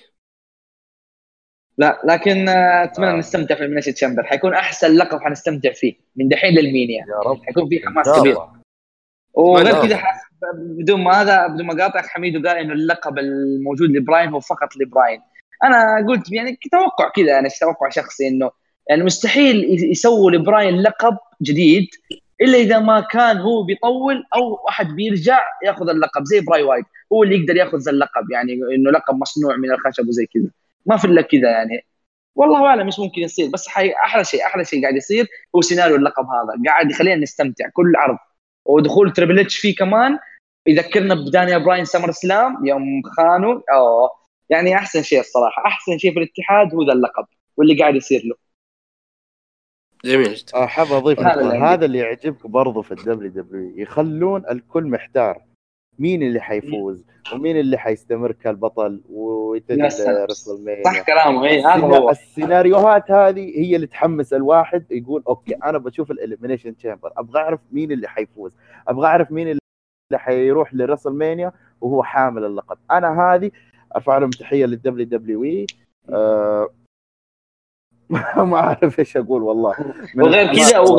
لا، لكن اتمنى نستمتع في المينيشن تشامبر، حيكون احسن لقب حنستمتع فيه من دحين للمينيا. يا رب حيكون فيه حماس كبير. وغير كذا بدون ما قاطعك، حميد قال انه اللقب الموجود لبراين هو فقط لبراين. انا قلت يعني توقع كذا، انا توقع شخصي انه يعني مستحيل يسووا لبراين لقب جديد الا اذا ما كان هو بيطول او احد بيرجع ياخذ اللقب زي براي وايت، هو اللي يقدر ياخذ ذا اللقب، يعني انه لقب مصنوع من الخشب وزي كذا. ما في الا كذا يعني. والله اعلم ايش ممكن يصير، بس احلى شيء قاعد يصير هو سيناريو اللقب هذا، قاعد يخلينا نستمتع كل عرض. ودخول تريبل اتش فيه كمان يذكرنا بدانيال براين سمر سلام يوم خانوا. يعني احسن شيء الصراحه، احسن شيء في الاتحاد هو ذا اللقب واللي قاعد يصير له. جميل جدا. حاب اضيف هذا اللي يعجبك برضو في الدبليو يخلون الكل محتار مين اللي حيفوز ومين اللي حيستمر كالبطل ويتجد رسلمانيا. صح كلامه. هذا هو السيناريوهات هذه هي اللي تحمس الواحد، يقول اوكي انا بشوف الاليمينيشن تشامبر، ابغى اعرف مين اللي حيفوز، ابغى اعرف مين اللي حيروح لرسلمانيا وهو حامل اللقب. انا هذه ارفع لهم تحيه للدبليو ما اعرف ايش اقول والله. وغير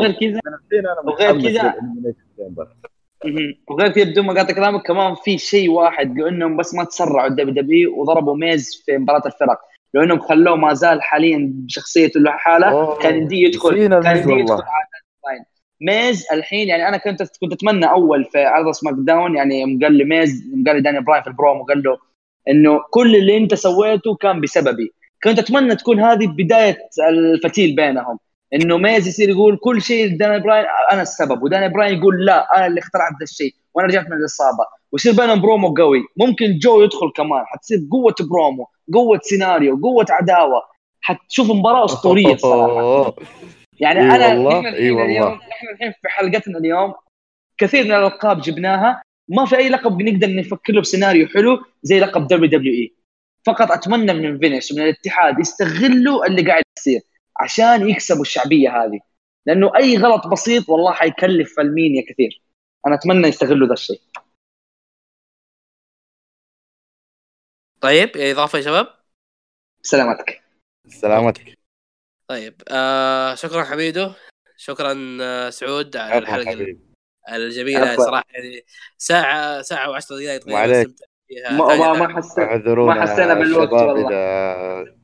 كذا بدون ما قاطع كلامك، كمان في شيء واحد، لانهم بس ما تسرعوا الدبليو وضربوا ميز في مباراه الفرق، لانهم خلوه ما زال حاليا بشخصيته له حاله. كان يدي يدخل ميز الحين. يعني انا كنت اتمنى اول في عرض سماك داون، يعني قال لي ميز، قال لي دانيال براين في البرومو، قال له انه كل اللي انت سويته كان بسببي. كنت اتمنى تكون هذه بدايه الفتيل بينهم، انه ميز يصير يقول كل شيء دانيال براين انا السبب، ودانيال براين يقول لا انا اللي اخترعت هذا الشيء وانا رجعت من الاصابه، ويصير بينهم برومو قوي. ممكن جو يدخل كمان، حتصير قوه برومو، قوه سيناريو، قوه عداوه، حتشوف مباراه اسطوريه الصراحه. يعني احنا الحين في حلقتنا اليوم كثير من الالقاب جبناها، ما في اي لقب نقدر نفكر له بسيناريو حلو زي لقب WWE. فقط اتمنى من فينيس ومن الاتحاد يستغلوا اللي قاعد يصير عشان يكسبوا الشعبيه هذه، لانه اي غلط بسيط والله حيكلف المينيا كثير. انا اتمنى يستغلوا ذا الشيء. طيب اضافه يا شباب. سلامتك. طيب شكرا حميدو، شكرا سعود على الحلقه الجميله صراحه. يعني ساعه و10 دقائق تقريبا استمتعت فيها. ما حسينا بالوقت والله.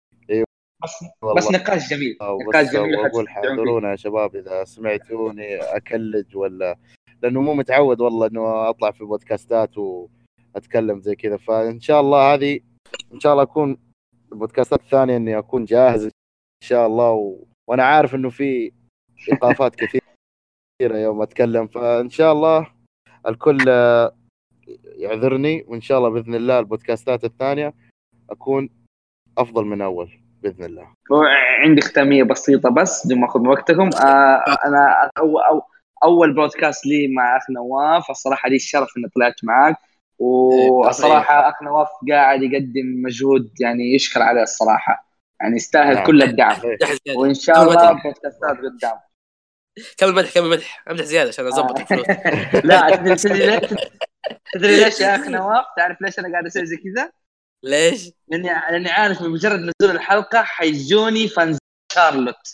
بس نقاش جميل. واقول حاضرونا يا شباب اذا سمعتوني اكلج ولا، لانه مو متعود والله انه اطلع في بودكاستات واتكلم زي كذا. فان شاء الله هذه ان شاء الله اكون البودكاستات الثانيه اني اكون جاهز ان شاء الله. وانا عارف انه في ايقافات كثيره يوم اتكلم، فان شاء الله الكل يعذرني، وان شاء الله باذن الله البودكاستات الثانيه اكون افضل من اول باذن الله. عندي ختاميه بسيطه بس بدون ما اخذ من وقتكم. انا اول بودكاست لي مع اخ نواف، الصراحه لي الشرف اني طلعت معاك، والصراحه اخ نواف قاعد يقدم مجهود يعني يشكر عليه الصراحه، يعني يستاهل كل الدعم. وان شاء الله بودكاستات قدام. كمل مدح امدح زياده عشان اضبط الفلوس. لا تدري ليش يا اخ نواف؟ تعرف ليش انا قاعد اسوي زي كذا؟ ليش؟ لاني عارف من مجرد نزول الحلقه حيجوني فانز شارلوت.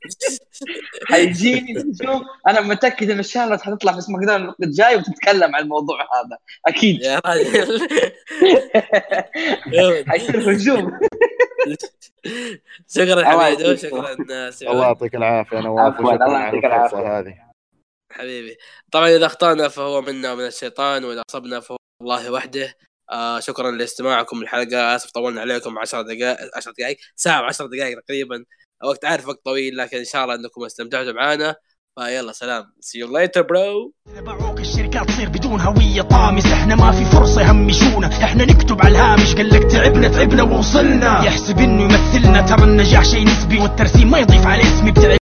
حيجيني هجوم، انا متاكد ان شارلوت حتطلع في سماك داون الوقت الجاي وتتكلم عن الموضوع هذا اكيد. يا راجل حيصير هجوم. شكرا حميدو، شكرا الله سعود. يعطيك العافيه نواف، عفواً، وشكرا الله على يعطيك الفرصه العافية. هذه. حبيبي طبعا اذا اخطانا فهو منا ومن الشيطان، واذا اصبنا فهو الله وحده. شكرا لاستماعكم الحلقه. اسف طولنا عليكم 10 دقائق، ساعه و10 دقائق تقريبا. وقت عارف وقت طويل، لكن ان شاء الله انكم استمتعتوا معنا. فيلا سلام، see you later bro. باعوك الشركات تصير بدون هوية طامس، احنا ما في فرصة يهمشونا، احنا نكتب على الهامش قالك تعبنا ووصلنا. يحسب انه يمثلنا، ترى النجاح شيء نسبي والترسيم ما يضيف على اسمي.